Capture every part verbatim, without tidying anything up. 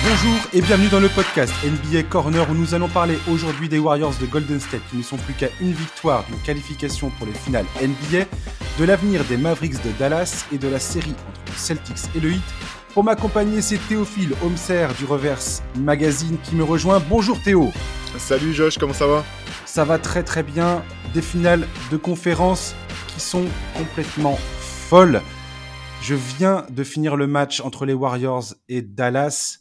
Bonjour et bienvenue dans le podcast N B A Corner où nous allons parler aujourd'hui des Warriors de Golden State qui ne sont plus qu'à une victoire d'une qualification pour les finales N B A, de l'avenir des Mavericks de Dallas et de la série entre les Celtics et le Heat. Pour m'accompagner, c'est Théophile Homser du Reverse Magazine qui me rejoint. Bonjour Théo. Salut Josh, comment ça va ? Ça va très très bien. Des finales de conférence qui sont complètement folles. Je viens de finir le match entre les Warriors et Dallas.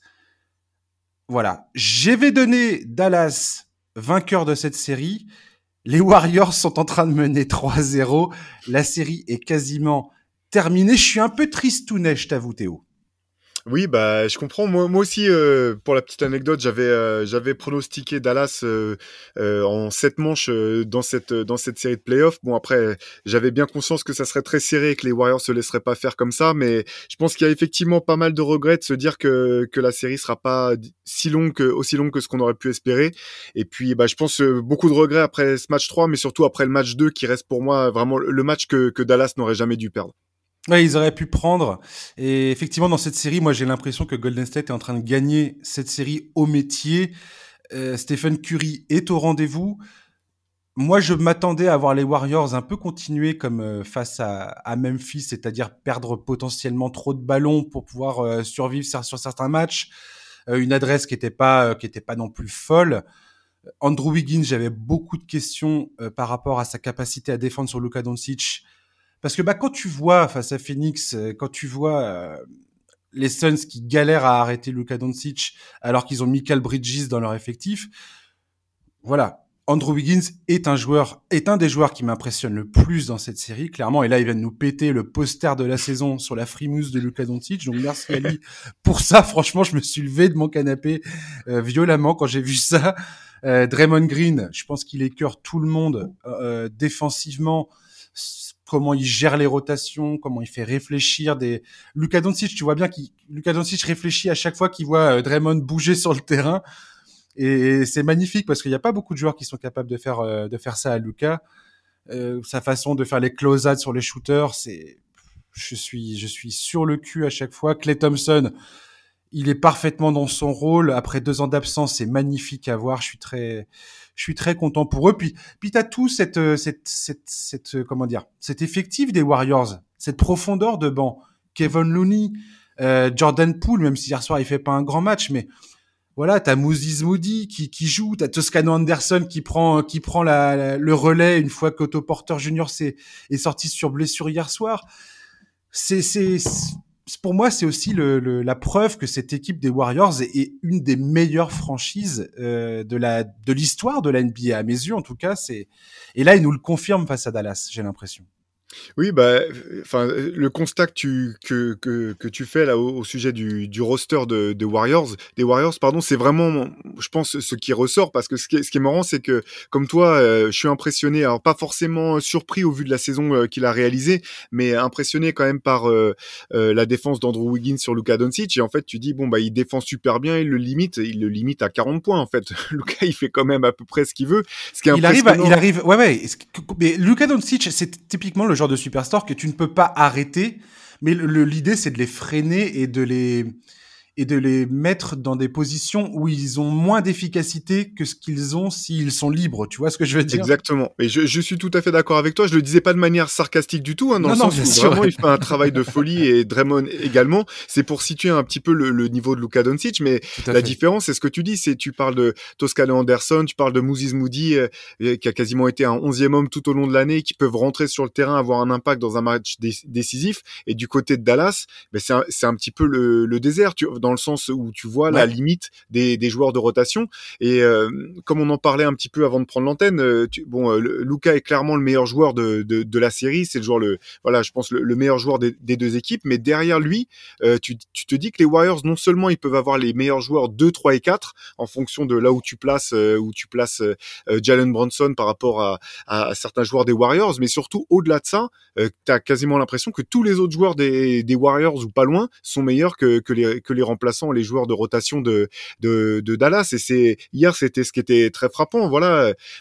Voilà, je vais donner Dallas vainqueur de cette série. Les Warriors sont en train de mener trois zéro. La série est quasiment terminée. Je suis un peu tristounet, je t'avoue Théo. Oui, bah je comprends. Moi, moi aussi, euh, pour la petite anecdote, j'avais euh, j'avais pronostiqué Dallas euh, euh, en sept manches euh, dans cette dans cette série de playoffs. Bon, après, j'avais bien conscience que ça serait très serré et que les Warriors se laisseraient pas faire comme ça, mais je pense qu'il y a effectivement pas mal de regrets de se dire que que la série sera pas si longue que, aussi longue que ce qu'on aurait pu espérer. Et puis, bah je pense euh, beaucoup de regrets après ce match trois, mais surtout après le match deux qui reste pour moi vraiment le match que que Dallas n'aurait jamais dû perdre. Ouais, ils auraient pu prendre. Et effectivement, dans cette série, moi, j'ai l'impression que Golden State est en train de gagner cette série au métier. Euh, Stephen Curry est au rendez-vous. Moi, je m'attendais à voir les Warriors un peu continuer comme euh, face à, à Memphis, c'est-à-dire perdre potentiellement trop de ballons pour pouvoir euh, survivre sur, sur certains matchs. Euh, une adresse qui était pas euh, qui était pas non plus folle. Andrew Wiggins, j'avais beaucoup de questions euh, par rapport à sa capacité à défendre sur Luka Doncic. Parce que bah, quand tu vois face à Phoenix, euh, quand tu vois euh, les Suns qui galèrent à arrêter Luka Doncic alors qu'ils ont Mikal Bridges dans leur effectif, voilà, Andrew Wiggins est un joueur, est un des joueurs qui m'impressionne le plus dans cette série, clairement. Et là, il vient de nous péter le poster de la saison sur la frimousse de Luka Doncic. Donc merci à lui pour ça. Franchement, je me suis levé de mon canapé euh, violemment quand j'ai vu ça. Euh, Draymond Green, je pense qu'il écœure tout le monde euh, défensivement. Comment il gère les rotations, comment il fait réfléchir des Luka Doncic, tu vois bien qu'il Luka Doncic réfléchit à chaque fois qu'il voit Draymond bouger sur le terrain et c'est magnifique parce qu'il n'y a pas beaucoup de joueurs qui sont capables de faire euh, de faire ça à Luka. Euh, sa façon de faire les close-outs sur les shooters, c'est je suis je suis sur le cul à chaque fois. Klay Thompson, il est parfaitement dans son rôle après deux ans d'absence, c'est magnifique à voir. Je suis très je suis très content pour eux. Puis, puis t'as tout cette, cette, cette, cette, comment dire, cet effectif des Warriors, cette profondeur de banc. Kevin Looney, euh, Jordan Poole, même si hier soir il fait pas un grand match, mais voilà, t'as Moses Moody qui, qui joue, t'as Toscano Anderson qui prend, qui prend la, la, le relais une fois qu'Otto Porter Junior s'est, est sorti sur blessure hier soir. C'est, c'est, c'est pour moi, c'est aussi le, le, la preuve que cette équipe des Warriors est, est une des meilleures franchises euh, de la de l'histoire de la N B A à mes yeux en tout cas. C'est et là ils nous le confirment face à Dallas, j'ai l'impression. Oui, bah, enfin, le constat que tu que que que tu fais là au, au sujet du du roster de, de Warriors, des Warriors, pardon, c'est vraiment, je pense, ce qui ressort parce que ce qui est, ce qui est marrant, c'est que comme toi, euh, je suis impressionné, alors pas forcément surpris au vu de la saison euh, qu'il a réalisée, mais impressionné quand même par euh, euh, la défense d'Andrew Wiggins sur Luka Doncic. Et en fait, tu dis bon bah il défend super bien, il le limite, il le limite à quarante points en fait. Luka, il fait quand même à peu près ce qu'il veut. Ce qui est il arrive, à, il arrive, ouais ouais. Mais Luka Doncic, c'est typiquement le genre de superstar que tu ne peux pas arrêter, mais le, le, l'idée c'est de les freiner et de les et de les mettre dans des positions où ils ont moins d'efficacité que ce qu'ils ont s'ils sont libres. Tu vois ce que je veux dire ? Exactement. Et je, je suis tout à fait d'accord avec toi. Je le disais pas de manière sarcastique du tout, hein, dans non, le non, sens où sûr. vraiment il fait un travail de folie et Draymond également. C'est pour situer un petit peu le, le niveau de Luka Doncic, mais la fait. différence, c'est ce que tu dis, c'est tu parles de Toscano Anderson, tu parles de Moses Moody, euh, qui a quasiment été un onzième homme tout au long de l'année, qui peuvent rentrer sur le terrain, avoir un impact dans un match dé- décisif. Et du côté de Dallas, ben c'est un, c'est un petit peu le, le désert, tu, dans le sens où tu vois ouais. la limite des, des joueurs de rotation. Et euh, comme on en parlait un petit peu avant de prendre l'antenne, euh, tu, bon, euh, Luka est clairement le meilleur joueur de, de, de la série. C'est le joueur, le, voilà, je pense le, le meilleur joueur des, des deux équipes. Mais derrière lui, euh, tu, tu te dis que les Warriors, non seulement ils peuvent avoir les meilleurs joueurs deux, trois et quatre en fonction de là où tu places, euh, où tu places euh, Jalen Brunson par rapport à, à, à certains joueurs des Warriors, mais surtout au-delà de ça, euh, tu as quasiment l'impression que tous les autres joueurs des, des Warriors ou pas loin sont meilleurs que, que les que les remplaçants, les joueurs de rotation de de, de Dallas. Et c'est hier, c'était ce qui était très frappant. Voilà.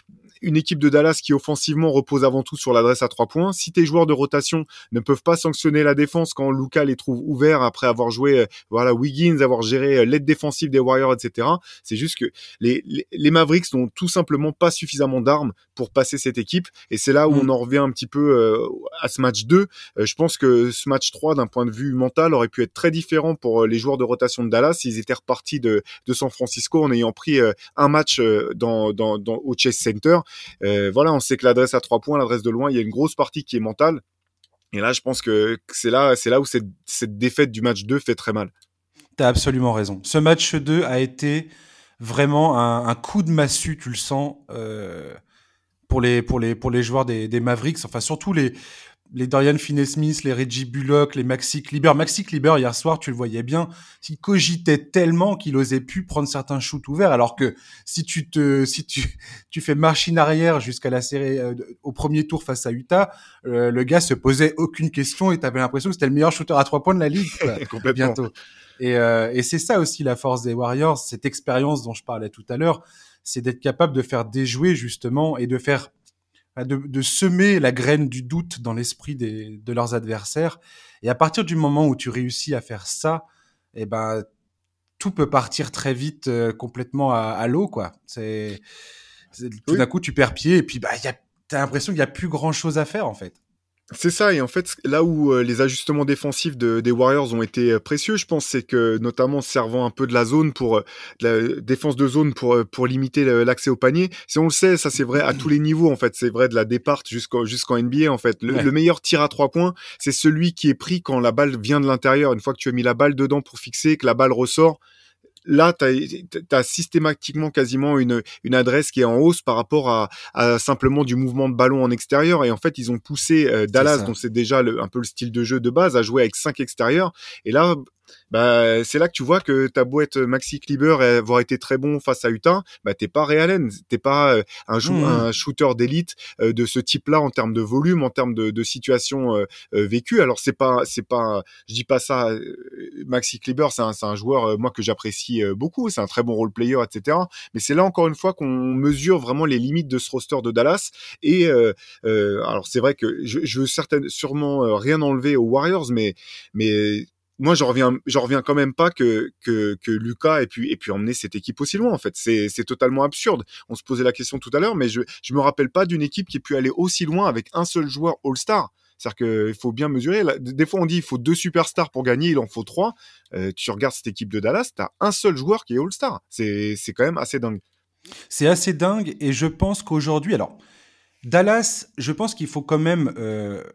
une équipe de Dallas qui offensivement repose avant tout sur l'adresse à trois points. Si tes joueurs de rotation ne peuvent pas sanctionner la défense quand Luka les trouve ouverts après avoir joué euh, voilà Wiggins, avoir géré euh, l'aide défensive des Warriors, et cetera. C'est juste que les, les, les Mavericks n'ont tout simplement pas suffisamment d'armes pour passer cette équipe. Et c'est là où mmh. on en revient un petit peu euh, à ce match deux. Euh, je pense que ce match trois, d'un point de vue mental, aurait pu être très différent pour euh, les joueurs de rotation de Dallas s'ils étaient repartis de, de San Francisco en ayant pris euh, un match euh, dans, dans, dans, au Chase Center. Euh, voilà, on sait que l'adresse à trois points, l'adresse de loin, il y a une grosse partie qui est mentale. Et là, je pense que c'est là, c'est là où cette, cette défaite du match deux fait très mal. T'as absolument raison. Ce match deux a été vraiment un, un coup de massue, tu le sens, euh, pour les, pour les, pour les joueurs des, des Mavericks. Enfin, surtout les, les Dorian Finney-Smith, les Reggie Bullock, les Maxi Kleber. Maxi Kleber, hier soir, tu le voyais bien, il cogitait tellement qu'il osait plus prendre certains shoots ouverts, alors que si tu te, si tu, tu fais machine arrière jusqu'à la série, euh, au premier tour face à Utah, euh, le gars se posait aucune question et t'avais l'impression que c'était le meilleur shooter à trois points de la ligue, quoi, complètement. Bientôt. Et, euh, et c'est ça aussi la force des Warriors, cette expérience dont je parlais tout à l'heure, c'est d'être capable de faire déjouer justement et de faire De, de semer la graine du doute dans l'esprit des, de leurs adversaires. Et à partir du moment où tu réussis à faire ça, eh ben, tout peut partir très vite euh, complètement à, à l'eau, quoi. C'est, c'est tout oui. d'un coup, tu perds pied et puis bah, y a, t'as l'impression qu'il n'y a plus grand-chose à faire, en fait. C'est ça, et en fait, là où euh, les ajustements défensifs de, des Warriors ont été euh, précieux, je pense, c'est que notamment servant un peu de la zone pour euh, la défense de zone pour euh, pour limiter le, l'accès au panier. Si on le sait, ça c'est vrai à tous les niveaux en fait. C'est vrai de la départ jusqu'en jusqu'en N B A en fait. Le, ouais. le meilleur tir à trois points, c'est celui qui est pris quand la balle vient de l'intérieur. Une fois que tu as mis la balle dedans pour fixer, que la balle ressort. Là, tu as systématiquement quasiment une, une adresse qui est en hausse par rapport à, à simplement du mouvement de ballon en extérieur. Et en fait, ils ont poussé euh, Dallas, c'est dont c'est déjà le, un peu le style de jeu de base, à jouer avec cinq extérieurs. Et là, bah, c'est là que tu vois que t'as beau être Maxi Kleber et avoir été très bon face à Utah, bah, t'es pas Ray Allen, t'es pas euh, un, jou- mmh. un shooter d'élite euh, de ce type-là en termes de volume, en termes de, de situation euh, euh, vécue. Alors c'est pas, c'est pas, je dis pas ça. Euh, Maxi Kleber, c'est un, c'est un joueur euh, moi que j'apprécie euh, beaucoup, c'est un très bon role player, et cetera. Mais c'est là encore une fois qu'on mesure vraiment les limites de ce roster de Dallas. Et euh, euh, alors c'est vrai que je, je veux certainement sûrement euh, rien enlever aux Warriors, mais mais moi, j'en reviens, j'en reviens quand même pas que que que Luka ait pu ait pu emmener cette équipe aussi loin. En fait, c'est c'est totalement absurde. On se posait la question tout à l'heure, mais je je me rappelle pas d'une équipe qui ait pu aller aussi loin avec un seul joueur All-Star. C'est-à-dire qu'il faut bien mesurer. Des fois, on dit il faut deux superstars pour gagner, il en faut trois. Euh, tu regardes cette équipe de Dallas, t'as un seul joueur qui est All-Star. C'est c'est quand même assez dingue. C'est assez dingue, et je pense qu'aujourd'hui, alors Dallas, je pense qu'il faut quand même euh,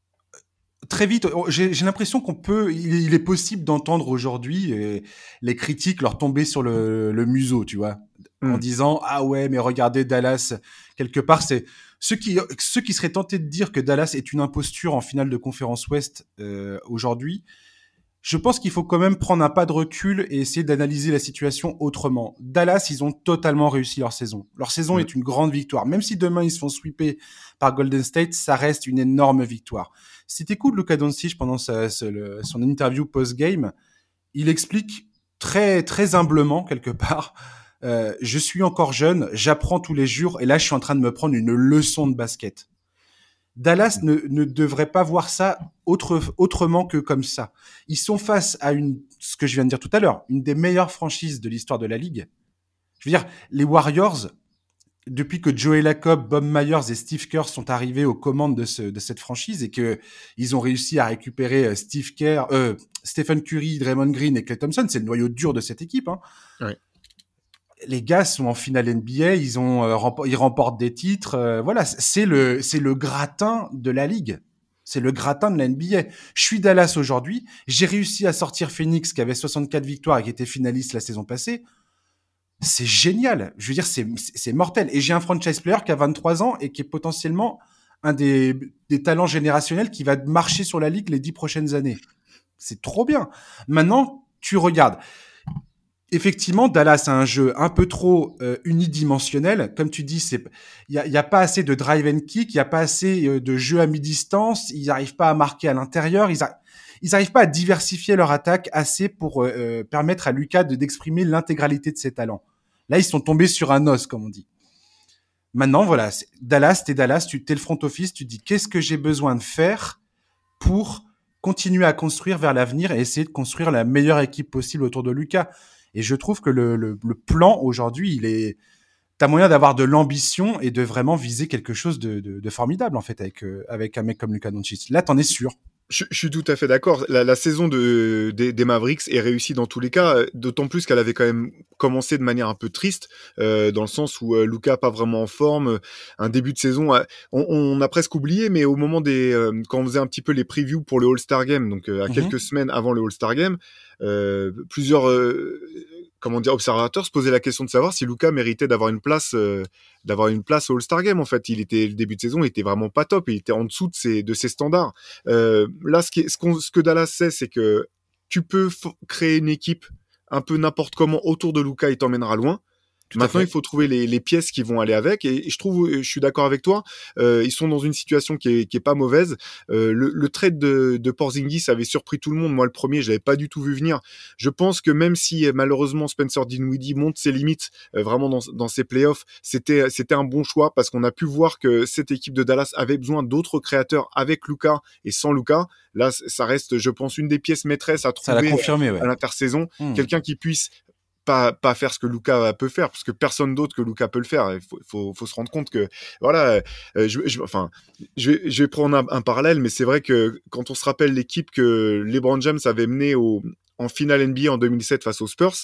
très vite, j'ai, j'ai l'impression qu'on peut, il, il est possible d'entendre aujourd'hui euh, les critiques leur tomber sur le, le museau, tu vois, mm. en disant ah ouais, mais regardez Dallas, quelque part, c'est ceux qui ceux qui seraient tentés de dire que Dallas est une imposture en finale de conférence Ouest euh, aujourd'hui. Je pense qu'il faut quand même prendre un pas de recul et essayer d'analyser la situation autrement. Dallas, ils ont totalement réussi leur saison. Leur saison mmh. est une grande victoire. Même si demain, ils se font sweeper par Golden State, ça reste une énorme victoire. Si t'écoutes Luka Doncic pendant sa, sa, le, son interview post-game, il explique très, très humblement, quelque part, euh, je suis encore jeune, j'apprends tous les jours et là, je suis en train de me prendre une leçon de basket. Dallas ne, ne devrait pas voir ça autre, autrement que comme ça. Ils sont face à une, ce que je viens de dire tout à l'heure, une des meilleures franchises de l'histoire de la Ligue. Je veux dire, les Warriors, depuis que Joey Lacob, Bob Myers et Steve Kerr sont arrivés aux commandes de, ce, de cette franchise et que ils ont réussi à récupérer Steve Kerr, euh, Stephen Curry, Draymond Green et Klay Thompson, c'est le noyau dur de cette équipe, hein. Ouais. Les gars sont en finale N B A, ils ont euh, remport, ils remportent des titres, euh, voilà, c'est le c'est le gratin de la ligue. C'est le gratin de la N B A. Je suis Dallas aujourd'hui, j'ai réussi à sortir Phoenix qui avait soixante-quatre victoires et qui était finaliste la saison passée. C'est génial. Je veux dire, c'est c'est mortel, et j'ai un franchise player qui a vingt-trois ans et qui est potentiellement un des des talents générationnels qui va marcher sur la ligue les dix prochaines années. C'est trop bien. Maintenant, tu regardes. Effectivement, Dallas a un jeu un peu trop euh, unidimensionnel. Comme tu dis, c'est il y a, y a pas assez de drive and kick, il y a pas assez euh, de jeu à mi-distance. Ils n'arrivent pas à marquer à l'intérieur. Ils a, ils n'arrivent pas à diversifier leur attaque assez pour euh, permettre à Luka de d'exprimer l'intégralité de ses talents. Là, ils sont tombés sur un os, comme on dit. Maintenant, voilà, c'est, Dallas, t'es Dallas, tu t'es le front office, tu te dis qu'est-ce que j'ai besoin de faire pour continuer à construire vers l'avenir et essayer de construire la meilleure équipe possible autour de Luka. Et je trouve que le, le, le plan aujourd'hui, il est, t'as moyen d'avoir de l'ambition et de vraiment viser quelque chose de, de, de formidable en fait avec euh, avec un mec comme Luka Doncic. Là, t'en es sûr. Je, je suis tout à fait d'accord. La, la saison de, des, des Mavericks est réussie dans tous les cas, d'autant plus qu'elle avait quand même commencé de manière un peu triste, euh, dans le sens où euh, Luka pas vraiment en forme, un début de saison, euh, on, on a presque oublié, mais au moment des, euh, quand on faisait un petit peu les previews pour le All-Star Game, donc euh, à mm-hmm. quelques semaines avant le All-Star Game, euh, plusieurs euh, comment dire observateurs se posaient la question de savoir si Luka méritait d'avoir une place, euh, d'avoir une place au All-Star Game. En fait, il était le début de saison, il était vraiment pas top, il était en dessous de ses de ses standards. Euh, là, ce, qui est, ce, qu'on, ce que Dallas sait, c'est que tu peux f- créer une équipe un peu n'importe comment autour de Luka, il t'emmènera loin. Tout Maintenant, il faut trouver les, les pièces qui vont aller avec. Et, et je trouve, je suis d'accord avec toi, euh, ils sont dans une situation qui est, qui est pas mauvaise. Euh, le, le trade de, de Porzingis avait surpris tout le monde. Moi, le premier, je l'avais pas du tout vu venir. Je pense que même si malheureusement Spencer Dinwiddie monte ses limites euh, vraiment dans, dans ses playoffs, c'était, c'était un bon choix parce qu'on a pu voir que cette équipe de Dallas avait besoin d'autres créateurs avec Luka et sans Luka. Là, ça reste, je pense, une des pièces maîtresses à trouver ça l'a confirmé, ouais. à l'intersaison. Mmh. Quelqu'un qui puisse pas pas faire ce que Luka peut faire parce que personne d'autre que Luka peut le faire. Il faut faut faut se rendre compte que voilà, euh, je, je enfin je vais je vais prendre un, un parallèle, mais c'est vrai que quand on se rappelle l'équipe que LeBron James avait menée au en finale N B A en deux mille sept face aux Spurs,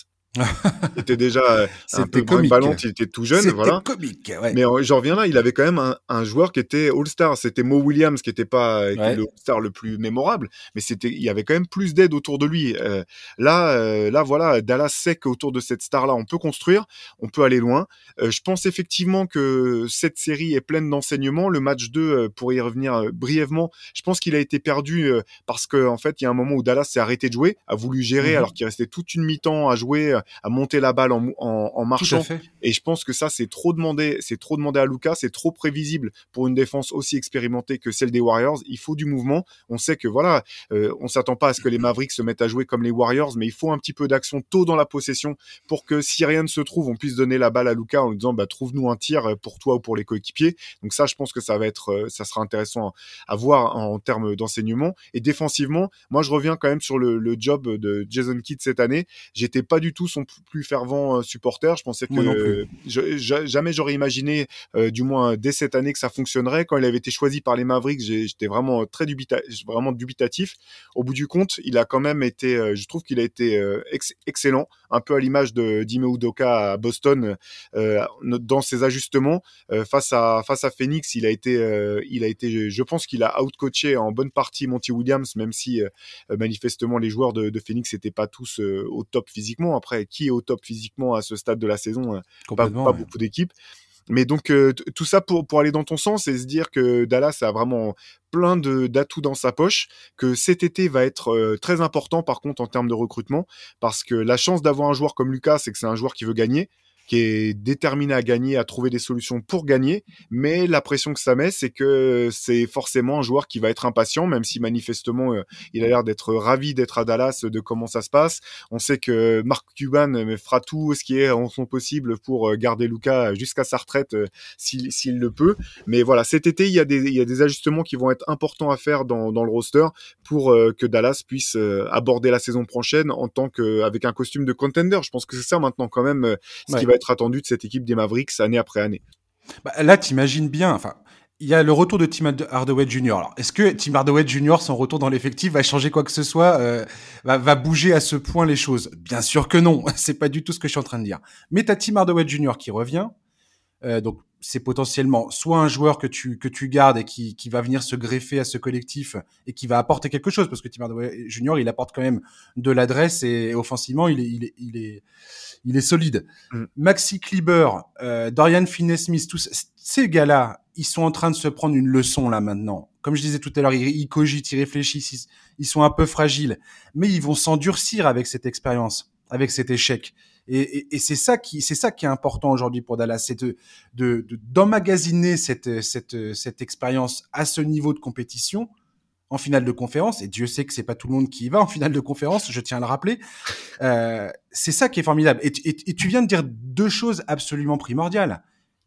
il était déjà euh, un peu brinque-ballant, il était tout jeune, C'était voilà. comique, ouais. Mais euh, j'en reviens là, il avait quand même un, un joueur qui était All-Star. C'était Mo Williams qui était pas euh, Ouais. le All-Star le plus mémorable, mais c'était, il y avait quand même plus d'aide autour de lui. Euh, là, euh, là, voilà, Dallas sait qu'autour de cette star-là, on peut construire, on peut aller loin. Euh, je pense effectivement que cette série est pleine d'enseignements. Le match deux, euh, pour y revenir euh, brièvement, je pense qu'il a été perdu euh, parce que en fait, il y a un moment où Dallas s'est arrêté de jouer, a voulu gérer, mm-hmm. alors qu'il restait toute une mi-temps à jouer, à monter la balle en, en, en marchant. Et je pense que ça, c'est trop demandé. C'est trop demandé à Luka, c'est trop prévisible pour une défense aussi expérimentée que celle des Warriors. Il faut du mouvement. On sait que voilà, euh, on s'attend pas à ce que les Mavericks se mettent à jouer comme les Warriors, mais il faut un petit peu d'action tôt dans la possession pour que si rien ne se trouve, on puisse donner la balle à Luka en lui disant bah trouve-nous un tir pour toi ou pour les coéquipiers. Donc ça, je pense que ça va être, ça sera intéressant à voir en, en termes d'enseignement. Et défensivement, moi je reviens quand même sur le, le job de Jason Kidd cette année. J'étais pas du tout son plus fervent supporter. Je pensais que euh, je, je, jamais j'aurais imaginé Euh, du moins dès cette année que ça fonctionnerait. Quand il avait été choisi par les Mavericks, j'ai, j'étais vraiment très dubita- vraiment dubitatif. Au bout du compte, il a quand même été, euh, je trouve qu'il a été euh, ex- excellent, un peu à l'image de Ime Udoka à Boston euh, dans ses ajustements euh, face à face à Phoenix. Il a été, euh, il a été, je pense qu'il a outcoaché en bonne partie Monty Williams, même si euh, manifestement les joueurs de, de Phoenix n'étaient pas tous euh, au top physiquement. Après, qui est au top physiquement à ce stade de la saison euh, Pas, pas ouais. beaucoup d'équipes. Mais donc euh, t- tout ça pour pour aller dans ton sens et se dire que Dallas a vraiment plein de d'atouts dans sa poche, que cet été va être euh, très important par contre en termes de recrutement, parce que la chance d'avoir un joueur comme Lucas, c'est que c'est un joueur qui veut gagner, qui est déterminé à gagner, à trouver des solutions pour gagner, mais la pression que ça met, c'est que c'est forcément un joueur qui va être impatient, même si manifestement euh, il a l'air d'être ravi d'être à Dallas, de comment ça se passe. On sait que Mark Cuban euh, fera tout ce qui est en son possible pour euh, garder Luka jusqu'à sa retraite euh, s'il, s'il le peut. Mais voilà, cet été, il y a des, il y a des ajustements qui vont être importants à faire dans, dans le roster pour euh, que Dallas puisse euh, aborder la saison prochaine en tant que, avec un costume de contender. Je pense que c'est ça maintenant quand même euh, ce ouais. qui va être attendu de cette équipe des Mavericks année après année. Bah, là, t'imagines bien, enfin, il y a le retour de Tim Hardaway Junior Alors, est-ce que Tim Hardaway Junior, son retour dans l'effectif, va changer quoi que ce soit, euh, va, va bouger à ce point les choses? Bien sûr que non, c'est pas du tout ce que je suis en train de dire. Mais t'as Tim Hardaway Junior qui revient, euh, donc c'est potentiellement soit un joueur que tu que tu gardes et qui qui va venir se greffer à ce collectif et qui va apporter quelque chose, parce que Tim Hardaway Junior, il apporte quand même de l'adresse et, et offensivement, il est il est il est il est solide. Mm. Maxi Kleber, euh, Dorian Finney-Smith, tous ces gars-là, ils sont en train de se prendre une leçon là maintenant. Comme je disais tout à l'heure, ils, ils cogitent, ils réfléchissent, ils, ils sont un peu fragiles, mais ils vont s'endurcir avec cette expérience, avec cet échec. Et, et, et c'est ça qui, c'est ça qui est important aujourd'hui pour Dallas, c'est de, de, de d'emmagasiner cette, cette, cette expérience à ce niveau de compétition en finale de conférence, et Dieu sait que c'est pas tout le monde qui y va en finale de conférence, je tiens à le rappeler. Euh, c'est ça qui est formidable. Et, et, et tu viens de dire deux choses absolument primordiales.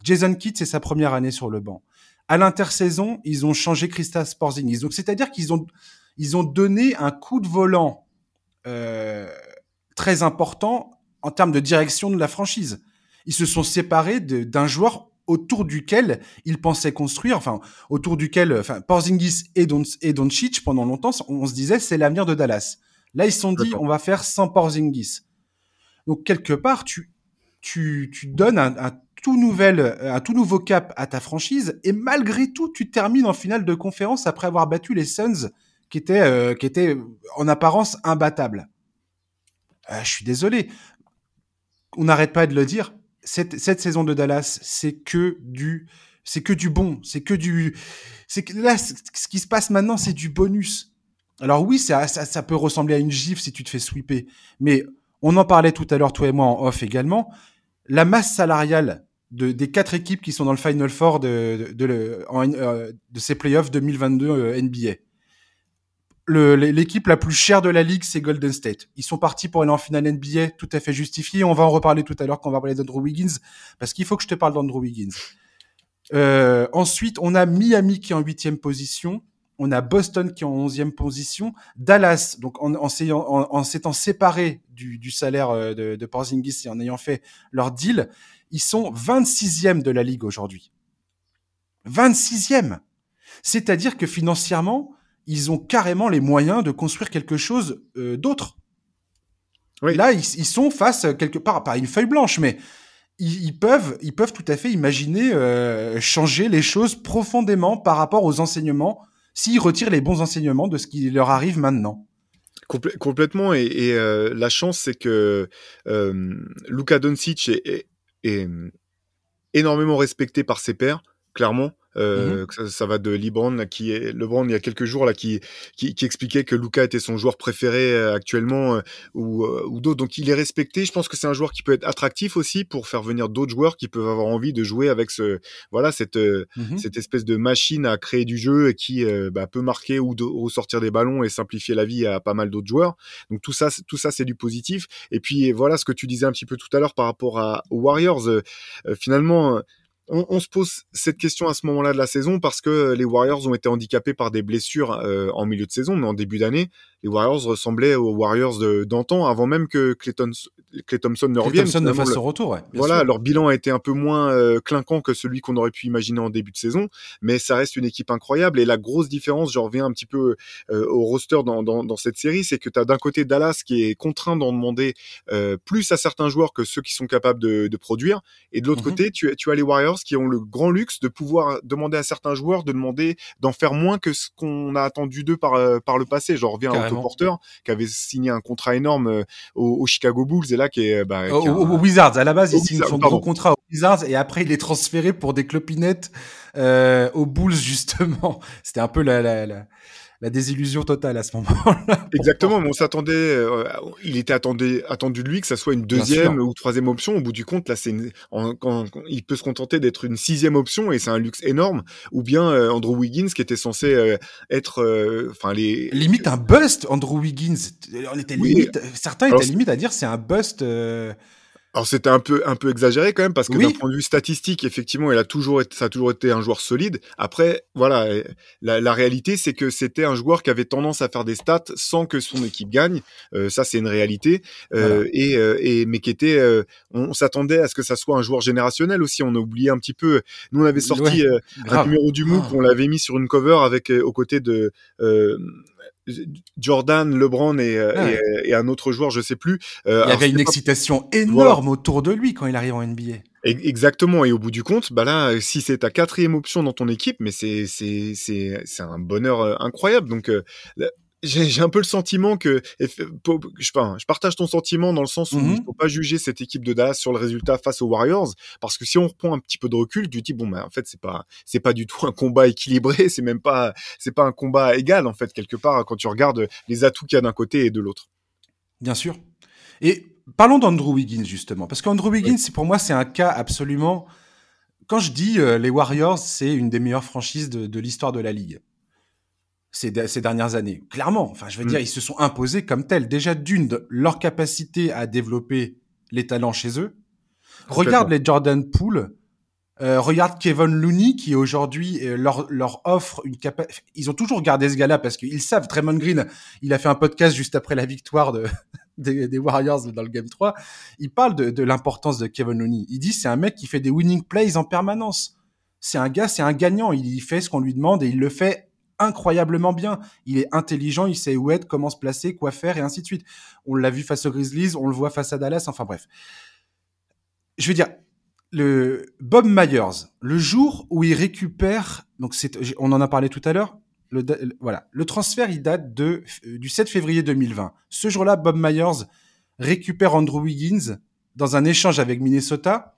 Jason Kidd, c'est sa première année sur le banc. À l'intersaison, ils ont changé Kristaps Porzingis. Donc, c'est-à-dire qu'ils ont, ils ont donné un coup de volant euh, très important en termes de direction de la franchise. Ils se sont séparés de, d'un joueur autour duquel ils pensaient construire, enfin, autour duquel, enfin, Porzingis et, Don, et Doncic, pendant longtemps, on, on se disait, c'est l'avenir de Dallas. Là, ils se sont dit, D'accord. on va faire sans Porzingis. Donc, quelque part, tu, tu, tu donnes un, un tout nouvel, un tout nouveau cap à ta franchise, et malgré tout, tu termines en finale de conférence après avoir battu les Suns, qui étaient, euh, qui étaient en apparence imbattables. Euh, je suis désolé. On n'arrête pas de le dire. Cette, cette saison de Dallas, c'est que du, c'est que du bon, c'est que du, c'est que là, ce qui se passe maintenant, c'est du bonus. Alors oui, ça, ça, ça peut ressembler à une gifle si tu te fais sweeper, mais on en parlait tout à l'heure, toi et moi, en off également. La masse salariale de, des quatre équipes qui sont dans le Final Four de, de, de, de, en, euh, de ces playoffs deux mille vingt-deux euh, N B A. Le, l'équipe la plus chère de la ligue, c'est Golden State. Ils sont partis pour aller en finale N B A, tout à fait justifié. On va en reparler tout à l'heure quand on va parler d'Andrew Wiggins, parce qu'il faut que je te parle d'Andrew Wiggins. Euh, ensuite, on a Miami qui est en huitième position. On a Boston qui est en onzième position. Dallas, donc en, en, en, en s'étant séparés du, du salaire de, de Porzingis et en ayant fait leur deal, ils sont vingt-sixième de la ligue aujourd'hui. vingt-sixième. C'est-à-dire que financièrement, ils ont carrément les moyens de construire quelque chose euh, d'autre. Oui. Là, ils, ils sont face, quelque part, pas à une feuille blanche, mais ils, ils, peuvent, ils peuvent tout à fait imaginer euh, changer les choses profondément par rapport aux enseignements, s'ils retirent les bons enseignements de ce qui leur arrive maintenant. Complé- complètement, et, et euh, la chance, c'est que euh, Luka Doncic est, est, est énormément respecté par ses pairs, clairement. Euh, mm-hmm. ça, ça va de LeBron, là, qui est LeBron il y a quelques jours là, qui, qui, qui expliquait que Luka était son joueur préféré euh, actuellement, euh, ou, euh, ou d'autres. Donc il est respecté. Je pense que c'est un joueur qui peut être attractif aussi pour faire venir d'autres joueurs qui peuvent avoir envie de jouer avec ce, voilà, cette, euh, mm-hmm. cette espèce de machine à créer du jeu et qui euh, bah, peut marquer ou, de, ou sortir des ballons et simplifier la vie à pas mal d'autres joueurs. Donc tout ça, tout ça c'est du positif. Et puis voilà ce que tu disais un petit peu tout à l'heure par rapport à, aux Warriors. Euh, euh, finalement. On, on se pose cette question à ce moment-là de la saison parce que les Warriors ont été handicapés par des blessures euh, en milieu de saison, mais en début d'année, les Warriors ressemblaient aux Warriors de, d'antan, avant même que Klay Thompson, Klay Thompson ne revienne. Klay Thompson ne fasse le, son retour, ouais. Voilà, sûr. Leur bilan a été un peu moins euh, clinquant que celui qu'on aurait pu imaginer en début de saison, mais ça reste une équipe incroyable. Et la grosse différence, je reviens un petit peu euh, au roster dans, dans, dans cette série, c'est que tu as d'un côté Dallas qui est contraint d'en demander euh, plus à certains joueurs que ceux qui sont capables de, de produire, et de l'autre mm-hmm. côté, tu, tu as les Warriors qui ont le grand luxe de pouvoir demander à certains joueurs de demander d'en faire moins que ce qu'on a attendu d'eux par, euh, par le passé. J'en reviens à Otto Porter, qui avait signé un contrat énorme euh, au, au Chicago Bulls, et là qui est... Bah, au, qui a, au Wizards, à la base, il signe son pardon. gros contrat aux Wizards, et après il est transféré pour des clopinettes euh, aux Bulls, justement. C'était un peu la... la, la... la désillusion totale à ce moment-là. Exactement, mais on s'attendait, euh, il était attendu, attendu de lui que ça soit une deuxième ou troisième option. Au bout du compte, là, c'est une, en, quand, quand, il peut se contenter d'être une sixième option, et c'est un luxe énorme. Ou bien euh, Andrew Wiggins qui était censé euh, être, enfin euh, les limite un bust. Andrew Wiggins, on était oui. limite, certains Alors, étaient limite à dire c'est un bust. Euh... Alors c'était un peu un peu exagéré quand même parce que oui. d'un point de vue statistique, effectivement, il a toujours été, ça a toujours été un joueur solide. Après, voilà, la, la réalité c'est que c'était un joueur qui avait tendance à faire des stats sans que son équipe gagne. Euh, ça c'est une réalité. Euh, voilà. Et, euh, et mais qui était, euh, on, on s'attendait à ce que ça soit un joueur générationnel aussi. On a oublié un petit peu. Nous on avait sorti ouais, euh, un numéro du M O O C, oh. on l'avait mis sur une cover avec euh, aux côtés de euh, Jordan, LeBron et, ah ouais. et, et un autre joueur, je sais plus. Euh, il y avait une pas... excitation énorme voilà. autour de lui quand il arrive en N B A. Exactement, et au bout du compte, bah là, si c'est ta quatrième option dans ton équipe, mais c'est c'est c'est c'est un bonheur incroyable. Donc euh, j'ai, j'ai un peu le sentiment que, je, je partage ton sentiment dans le sens où mm-hmm. il ne faut pas juger cette équipe de Dallas sur le résultat face aux Warriors, parce que si on reprend un petit peu de recul, tu te dis bon bah en fait c'est pas c'est pas du tout un combat équilibré, c'est même pas c'est pas un combat égal en fait quelque part quand tu regardes les atouts qu'il y a d'un côté et de l'autre. Bien sûr. Et parlons d'Andrew Wiggins justement, parce qu'Andrew Wiggins, oui. c'est, pour moi c'est un cas absolument. Quand je dis euh, les Warriors, c'est une des meilleures franchises de, de l'histoire de la ligue. Ces, ces dernières années. Clairement, enfin, je veux mmh. dire, ils se sont imposés comme tels. Déjà, d'une, de leur capacité à développer les talents chez eux. Regarde les Jordan Poole, Euh, regarde Kevin Looney qui aujourd'hui euh, leur leur offre une capacité. Ils ont toujours gardé ce gars-là parce qu'ils savent. Draymond Green, il a fait un podcast juste après la victoire de des, des Warriors dans le Game trois. Il parle de, de l'importance de Kevin Looney. Il dit c'est un mec qui fait des winning plays en permanence. C'est un gars, c'est un gagnant. Il fait ce qu'on lui demande et il le fait incroyablement bien. Il est intelligent, il sait où être, comment se placer, quoi faire et ainsi de suite. On l'a vu face aux Grizzlies, on le voit face à Dallas. Enfin bref. Je veux dire. Le Bob Myers, le jour où il récupère, donc c'est, on en a parlé tout à l'heure, le, le, voilà, le transfert il date de du sept février deux mille vingt. Ce jour-là, Bob Myers récupère Andrew Wiggins dans un échange avec Minnesota.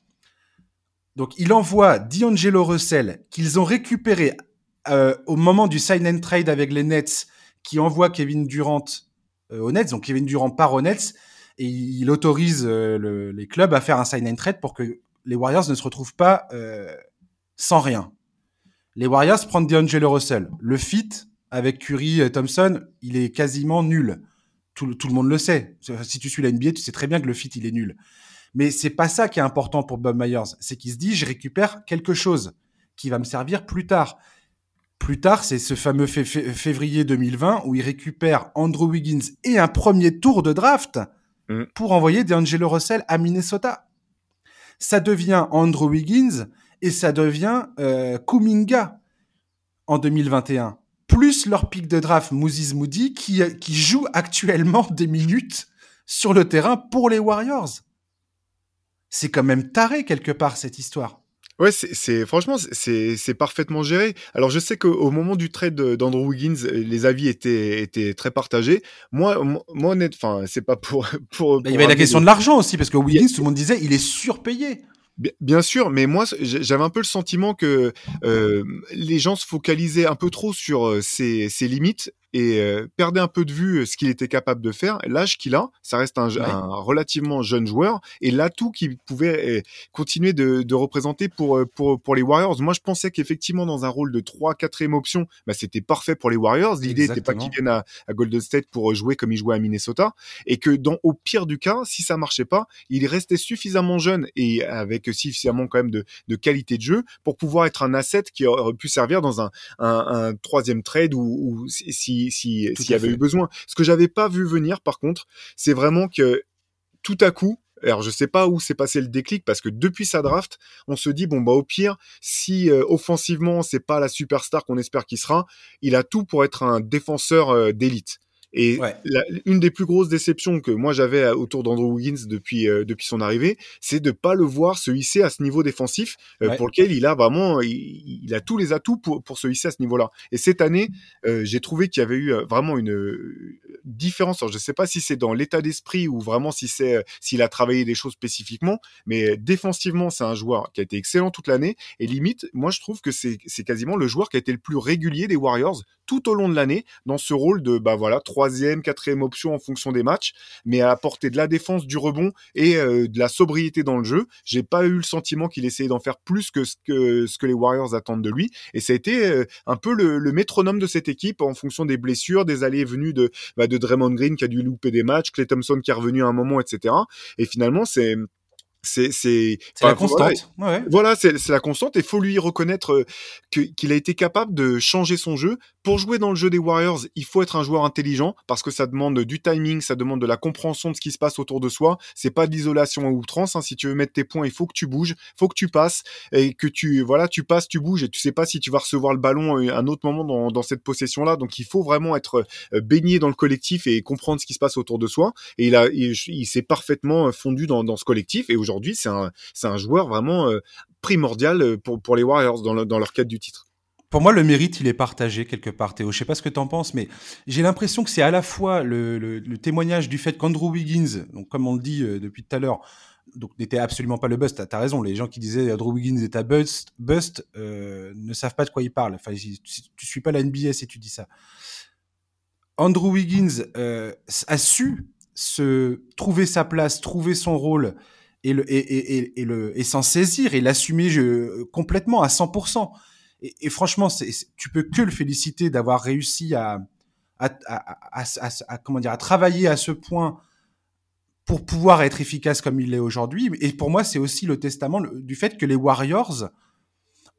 Donc il envoie D'Angelo Russell qu'ils ont récupéré euh, au moment du sign and trade avec les Nets, qui envoie Kevin Durant euh, aux Nets. Donc Kevin Durant part aux Nets et il autorise euh, le, les clubs à faire un sign and trade pour que les Warriors ne se retrouvent pas euh, sans rien. Les Warriors prennent D'Angelo Russell. Le fit avec Curry et Thompson, il est quasiment nul. Tout, tout le monde le sait. Si tu suis la N B A, tu sais très bien que le fit, il est nul. Mais c'est pas ça qui est important pour Bob Myers. C'est qu'il se dit, je récupère quelque chose qui va me servir plus tard. Plus tard, c'est ce fameux fé- fé- février deux mille vingt où il récupère Andrew Wiggins et un premier tour de draft mmh. pour envoyer D'Angelo Russell à Minnesota. Ça devient Andrew Wiggins et ça devient euh, Kuminga en deux mille vingt et un. Plus leur pick de draft, Moses Moody, qui, qui joue actuellement des minutes sur le terrain pour les Warriors. C'est quand même taré quelque part, cette histoire. Ouais, c'est, c'est franchement, c'est, c'est parfaitement géré. Alors, je sais qu'au moment du trade d'Andrew Wiggins, les avis étaient, étaient très partagés. Moi, moi honnête, enfin, c'est pas pour. pour, pour il y avait la question de... de l'argent aussi, parce que Wiggins, tout le monde disait, il est surpayé. Bien sûr, mais moi, j'avais un peu le sentiment que euh, les gens se focalisaient un peu trop sur ses, ses limites et euh, perdait un peu de vue ce qu'il était capable de faire. L'âge qu'il a, ça reste un, ouais. un relativement jeune joueur et l'atout qu'il pouvait euh, continuer de, de représenter pour, pour, pour les Warriors. Moi, je pensais qu'effectivement, dans un rôle de trois quatrième option, bah, c'était parfait pour les Warriors. L'idée n'était pas qu'ils viennent à, à Golden State pour jouer comme ils jouaient à Minnesota et que dans, au pire du cas, si ça marchait pas, il restait suffisamment jeune et avec suffisamment quand même de, de qualité de jeu pour pouvoir être un asset qui aurait pu servir dans un, un, un troisième trade ou, ou si, si si s'il y avait eu besoin. Ce que j'avais pas vu venir par contre, c'est vraiment que tout à coup, alors je sais pas où s'est passé le déclic parce que depuis sa draft, on se dit bon bah au pire, si euh, offensivement c'est pas la superstar qu'on espère qu'il sera, il a tout pour être un défenseur euh, d'élite. Et ouais. la, une des plus grosses déceptions que moi j'avais autour d'Andrew Wiggins depuis euh, depuis son arrivée, c'est de pas le voir se hisser à ce niveau défensif euh, ouais. pour lequel il a vraiment, il, il a tous les atouts pour pour se hisser à ce niveau-là. Et cette année, euh, j'ai trouvé qu'il y avait eu vraiment une différence. Alors, je sais pas si c'est dans l'état d'esprit ou vraiment si c'est s'il a travaillé des choses spécifiquement, mais défensivement, c'est un joueur qui a été excellent toute l'année. Et limite, moi je trouve que c'est c'est quasiment le joueur qui a été le plus régulier des Warriors tout au long de l'année dans ce rôle de bah voilà troisième, quatrième option en fonction des matchs, mais à apporter de la défense, du rebond et euh, de la sobriété dans le jeu. J'ai pas eu le sentiment qu'il essayait d'en faire plus que ce que ce que les Warriors attendent de lui. Et ça a été euh, un peu le, le métronome de cette équipe en fonction des blessures, des allées et venues de bah, de Draymond Green qui a dû louper des matchs, Klay Thompson qui est revenu à un moment, et cetera. Et finalement, c'est c'est c'est, c'est la constante. Voilà, ouais. voilà c'est c'est la constante et faut lui reconnaître euh, que qu'il a été capable de changer son jeu. Pour jouer dans le jeu des Warriors, il faut être un joueur intelligent parce que ça demande du timing, ça demande de la compréhension de ce qui se passe autour de soi. C'est pas de l'isolation à outrance, hein. Si tu veux mettre tes points, il faut que tu bouges, faut que tu passes et que tu voilà, tu passes, tu bouges et tu sais pas si tu vas recevoir le ballon à un autre moment dans dans cette possession-là. Donc il faut vraiment être baigné dans le collectif et comprendre ce qui se passe autour de soi. Et il a il, il s'est parfaitement fondu dans dans ce collectif et aujourd'hui Aujourd'hui, c'est un, c'est un joueur vraiment euh, primordial pour, pour les Warriors dans, le, dans leur quête du titre. Pour moi, le mérite, il est partagé quelque part, Théo. Je sais pas ce que tu en penses, mais j'ai l'impression que c'est à la fois le, le, le témoignage du fait qu'Andrew Wiggins, donc comme on le dit euh, depuis tout à l'heure, donc n'était absolument pas le bust. T'as, t'as raison, les gens qui disaient Andrew Wiggins est un bust, bust euh, ne savent pas de quoi ils parlent. Enfin, si tu suis pas la N B S et tu dis ça. Andrew Wiggins euh, a su se trouver sa place, trouver son rôle. Et, le, et, et, et, et, le, et s'en saisir et l'assumer je, complètement à cent pour cent. Et, et franchement, c'est, c'est, tu peux que le féliciter d'avoir réussi à, à, à, à, à, à, comment dire, à travailler à ce point pour pouvoir être efficace comme il l'est aujourd'hui. Et pour moi, c'est aussi le testament du fait que les Warriors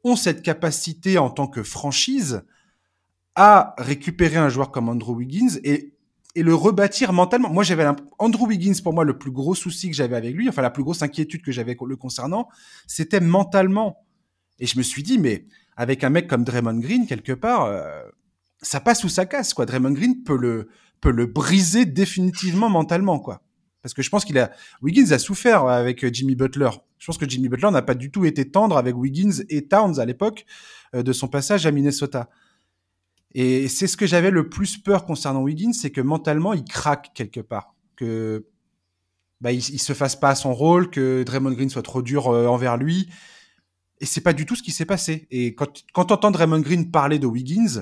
ont cette capacité en tant que franchise à récupérer un joueur comme Andrew Wiggins et, et le rebâtir mentalement. Moi, j'avais Andrew Wiggins, pour moi, le plus gros souci que j'avais avec lui, enfin la plus grosse inquiétude que j'avais le concernant, c'était mentalement. Et je me suis dit, mais avec un mec comme Draymond Green, quelque part, euh, ça passe ou ça casse, quoi. Draymond Green peut le, peut le briser définitivement mentalement, quoi. Parce que je pense qu'il a, Wiggins a souffert avec Jimmy Butler. Je pense que Jimmy Butler n'a pas du tout été tendre avec Wiggins et Towns à l'époque euh, de son passage à Minnesota. Et c'est ce que j'avais le plus peur concernant Wiggins, c'est que mentalement, il craque quelque part. Que, bah, il, il se fasse pas à son rôle, que Draymond Green soit trop dur euh, envers lui. Et c'est pas du tout ce qui s'est passé. Et quand, quand t'entends Draymond Green parler de Wiggins,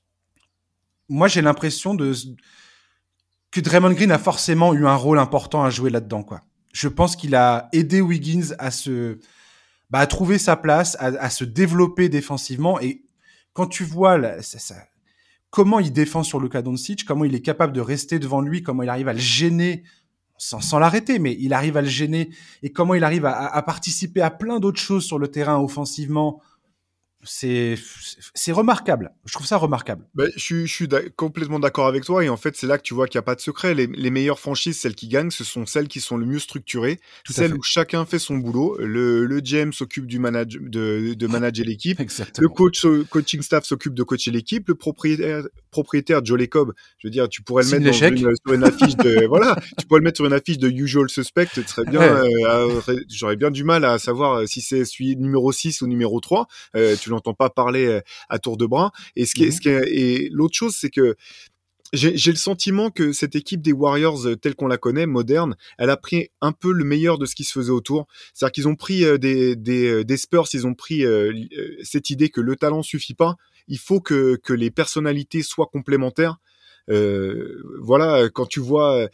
moi, j'ai l'impression de, que Draymond Green a forcément eu un rôle important à jouer là-dedans, quoi. Je pense qu'il a aidé Wiggins à se, bah, à trouver sa place, à, à se développer défensivement. Et quand tu vois là, ça, ça, comment il défend sur Luka Doncic, comment il est capable de rester devant lui, comment il arrive à le gêner, sans, sans l'arrêter, mais il arrive à le gêner, et comment il arrive à, à participer à plein d'autres choses sur le terrain offensivement, c'est, c'est remarquable. Je trouve ça remarquable. Bah, je suis, je suis d'ac- complètement d'accord avec toi. Et en fait, c'est là que tu vois qu'il n'y a pas de secret. Les, les meilleures franchises, celles qui gagnent, ce sont celles qui sont le mieux structurées, Tout à celles fait. où chacun fait son boulot. Le, le G M s'occupe du manage, de, de manager l'équipe. Le Exactement. coach, euh, coaching staff s'occupe de coacher l'équipe. Le propriétaire, propriétaire Joe Lacob, je veux dire, tu pourrais le Signe mettre dans l'échec. une, sur une affiche de, voilà, tu pourrais le mettre sur une affiche de Usual Suspect. Très bien, Ouais. euh, à- j'aurais bien du mal à savoir si c'est celui numéro six ou numéro trois. Euh, tu l'entends pas parler euh, à tour de bras. Et ce qui est, Mhm. ce qui est, et l'autre chose, c'est que j'ai, j'ai le sentiment que cette équipe des Warriors, euh, telle qu'on la connaît, moderne, elle a pris un peu le meilleur de ce qui se faisait autour. C'est-à-dire qu'ils ont pris euh, des, des, euh, des Spurs, ils ont pris euh, euh, cette idée que le talent suffit pas. Il faut que, que les personnalités soient complémentaires. Euh, voilà, quand tu vois euh,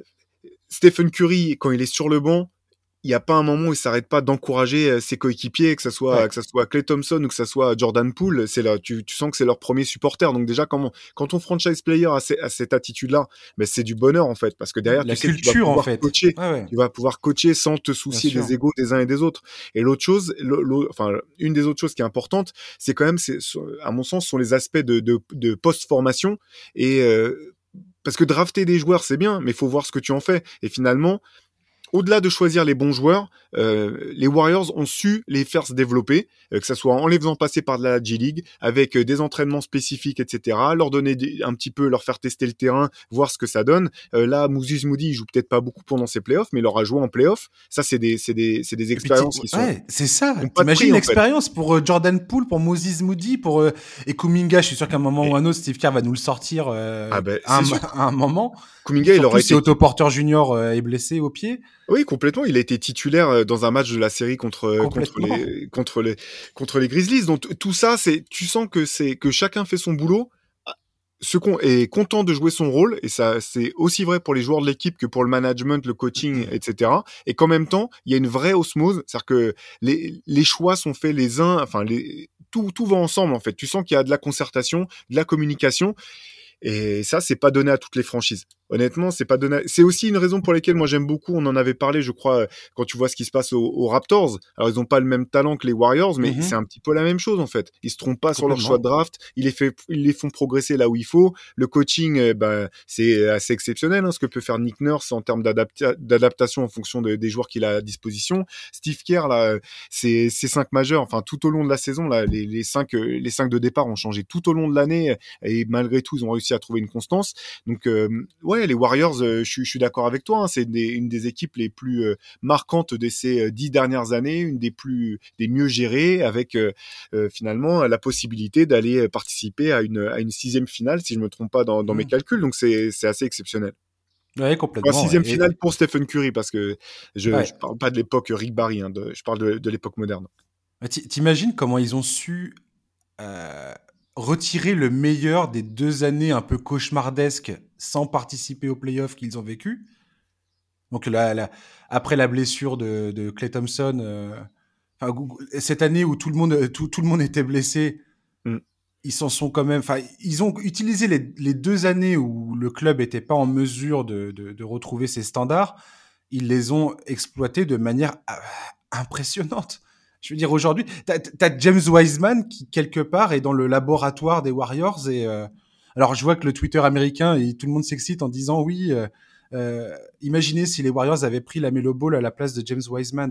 Stephen Curry, quand il est sur le banc, il n'y a pas un moment où il s'arrête pas d'encourager euh, ses coéquipiers, que ça soit Ouais. que ça soit Klay Thompson ou que ça soit Jordan Poole, c'est là tu, tu sens que c'est leur premier supporter. Donc déjà quand quand ton franchise player a, ces- a cette attitude-là, mais c'est du bonheur en fait parce que derrière tu La sais que tu vas culture, en pouvoir fait. coacher, Ouais, ouais. tu vas pouvoir coacher sans te Bien soucier sûr. des égos des uns et des autres. Et l'autre chose, l'au- l'au- enfin une des autres choses qui est importante, c'est quand même c'est à mon sens sont les aspects de de, de post-formation et euh, parce que drafter des joueurs c'est bien, mais il faut voir ce que tu en fais. Et finalement au-delà de choisir les bons joueurs, euh, les Warriors ont su les faire se développer, euh, que ça soit en les faisant passer par de la G-League, avec euh, des entraînements spécifiques, et cetera. Leur donner des, un petit peu, leur faire tester le terrain, voir ce que ça donne. Euh, là, Moses Moody, il joue peut-être pas beaucoup pendant ses playoffs, mais il aura joué en playoffs. Ça, c'est des, c'est des, c'est des Et puis, ti- expériences qui sont, ouais, c'est ça. qui ont pas de T'imagines prix en fait. l'expérience pour euh, Jordan Poole, pour Moses Moody, pour euh, et Kuminga. Je suis sûr qu'à un moment ou Et, un autre, Steve Kerr va nous le sortir euh, ah ben, à, c'est un, sûr. à un moment. Kuminga, il Surtout aura si été Otto Porter Junior euh, est blessé au pied. Oui, complètement. Il a été titulaire euh, dans un match de la série contre euh, contre Complètement. les contre les contre les Grizzlies. Donc t- tout ça, c'est tu sens que c'est que chacun fait son boulot. Ah, ce qu'on est content de jouer son rôle et ça c'est aussi vrai pour les joueurs de l'équipe que pour le management, le coaching, et cetera. Et qu'en même temps, il y a une vraie osmose, c'est-à-dire que les les choix sont faits les uns, enfin les tout tout va ensemble en fait. Tu sens qu'il y a de la concertation, de la communication. Et ça, c'est pas donné à toutes les franchises. Honnêtement, c'est pas donné. C'est aussi une raison pour laquelle moi j'aime beaucoup. On en avait parlé, je crois, quand tu vois ce qui se passe aux, aux Raptors. Alors ils ont pas le même talent que les Warriors, mais c'est Mhm. un petit peu la même chose en fait. Ils se trompent pas sur leur choix de Complètement. draft. Ils les fait, ils les font progresser là où il faut. Le coaching, euh, ben c'est assez exceptionnel hein, ce que peut faire Nick Nurse en termes d'adapta- d'adaptation en fonction de- des joueurs qu'il a à disposition. Steve Kerr là, c'est ces cinq majeurs. Enfin tout au long de la saison là, les, les cinq euh, les cinq de départ ont changé tout au long de l'année et malgré tout ils ont réussi à trouver une constance. Donc euh, ouais, les Warriors, euh, je, suis- je suis d'accord avec toi, hein, c'est des- une des équipes les plus euh, marquantes de ces euh, dix dernières années, une des plus des mieux gérées, avec euh, euh, finalement la possibilité d'aller euh, participer à une à une sixième finale, si je me trompe pas dans, dans mes Mhm. calculs. Donc c'est c'est assez exceptionnel. Ouais, Enfin, complètement. Ouais. sixième Et, finale pour Stephen Curry parce que je je ouais. parle pas de l'époque Rick Barry, hein, de, je parle de, de l'époque moderne. Bah, t'i- T'imagines comment ils ont su euh, retirer le meilleur des deux années un peu cauchemardesques sans participer aux playoffs qu'ils ont vécu. Donc là, là, après la blessure de, de Klay Thompson, euh, enfin, cette année où tout le monde, tout, tout le monde était blessé, Mm. ils s'en sont quand même. Enfin, ils ont utilisé les, les deux années où le club n'était pas en mesure de, de, de retrouver ses standards. Ils les ont exploités de manière euh, impressionnante. Je veux dire, aujourd'hui, t'as, t'as James Wiseman qui, quelque part, est dans le laboratoire des Warriors. Et euh, alors, je vois que le Twitter américain, et tout le monde s'excite en disant, oui, euh, euh, imaginez si les Warriors avaient pris la Melo Ball à la place de James Wiseman.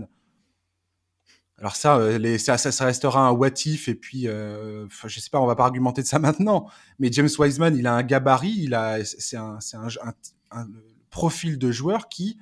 Alors ça, euh, les, ça, ça, ça restera un what if, et puis, euh, je sais pas, on va pas argumenter de ça maintenant, mais James Wiseman, il a un gabarit, il a, c'est un, c'est un, un, un profil de joueur qui,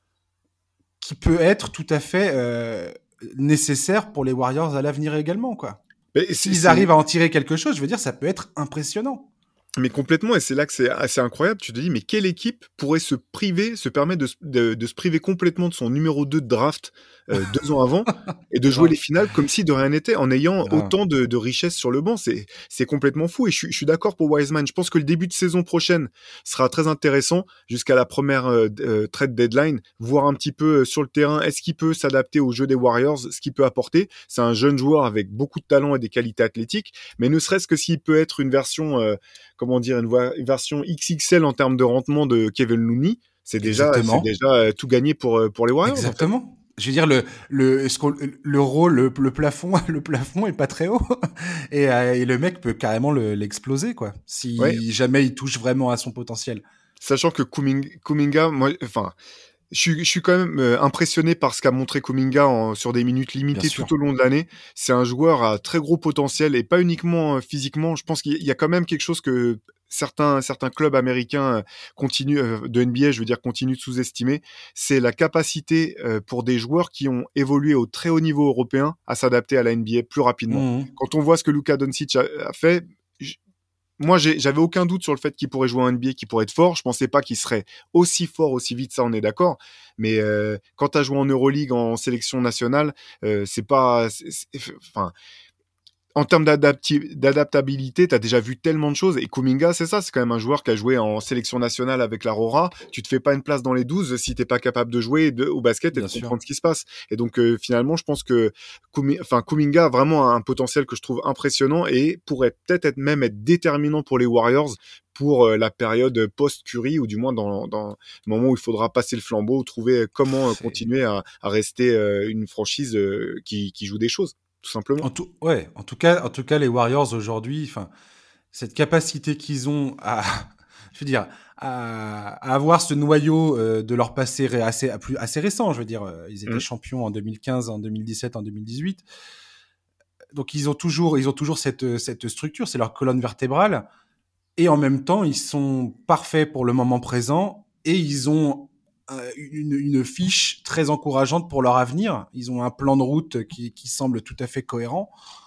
qui peut être tout à fait euh, nécessaire pour les Warriors à l'avenir également, quoi. Mais S'ils c'est... arrivent à en tirer quelque chose, je veux dire, ça peut être impressionnant. Mais complètement, et c'est là que c'est assez incroyable. Tu te dis, mais quelle équipe pourrait se priver, se permettre de, de, de se priver complètement de son numéro deux de draft euh, deux ans avant et de jouer les finales comme si de rien n'était, en ayant Grave. autant de, de richesse sur le banc. C'est, c'est complètement fou. Et je, je suis d'accord pour Wiseman. Je pense que le début de saison prochaine sera très intéressant jusqu'à la première euh, euh, trade deadline, voir un petit peu euh, sur le terrain, est-ce qu'il peut s'adapter au jeu des Warriors, ce qu'il peut apporter. C'est un jeune joueur avec beaucoup de talent et des qualités athlétiques, mais ne serait-ce que s'il peut être une version... Euh, comment dire, une, vo- une version X X L en termes de rendement de Kevin Looney, c'est déjà, c'est déjà euh, tout gagné pour, euh, pour les Warriors. Exactement. En fait. Je veux dire, le, le, ce le rôle, le, le plafond, le plafond est pas très haut. Et, euh, et le mec peut carrément le, l'exploser, quoi. Si ouais. jamais il touche vraiment à son potentiel. Sachant que Kuminga, Kuminga moi, enfin, je suis, je suis quand même euh, impressionné par ce qu'a montré Kuminga en, sur des minutes limitées tout au long de l'année. C'est un joueur à très gros potentiel et pas uniquement euh, physiquement. Je pense qu'il y a quand même quelque chose que certains, certains clubs américains continuent, euh, de N B A, je veux dire, continuent de sous-estimer. C'est la capacité euh, pour des joueurs qui ont évolué au très haut niveau européen à s'adapter à la N B A plus rapidement. Mmh. Quand on voit ce que Luka Doncic a, a fait, j- moi, j'ai, j'avais aucun doute sur le fait qu'il pourrait jouer en N B A, qu'il pourrait être fort. Je pensais pas qu'il serait aussi fort, aussi vite, ça on est d'accord. Mais euh, quand tu as joué en Euroleague, en sélection nationale, euh, c'est pas... Enfin... En termes d'adapti- d'adaptabilité, tu as déjà vu tellement de choses. Et Kuminga, c'est ça, c'est quand même un joueur qui a joué en sélection nationale avec l'Aurora. Tu te fais pas une place dans les douze si t'es pas capable de jouer de, au basket et Bien de sûr. comprendre ce qui se passe. Et donc, euh, finalement, je pense que Kumi, enfin, Kuminga a vraiment un potentiel que je trouve impressionnant et pourrait peut-être être, même être déterminant pour les Warriors pour euh, la période post-Curry, ou du moins dans, dans le moment où il faudra passer le flambeau, trouver comment euh, continuer à, à rester euh, une franchise euh, qui, qui joue des choses. Tout simplement. En tout, ouais, en tout cas, en tout cas, les Warriors aujourd'hui, enfin, cette capacité qu'ils ont à, je veux dire, à, à avoir ce noyau euh, de leur passé ré, assez, plus, assez récent. Je veux dire, euh, ils étaient mmh. champions en deux mille quinze, en deux mille dix-sept, en deux mille dix-huit. Donc ils ont toujours, ils ont toujours cette, cette structure, c'est leur colonne vertébrale. Et en même temps, ils sont parfaits pour le moment présent et ils ont Une, une fiche très encourageante pour leur avenir. Ils ont un plan de route qui, qui semble tout à fait cohérent.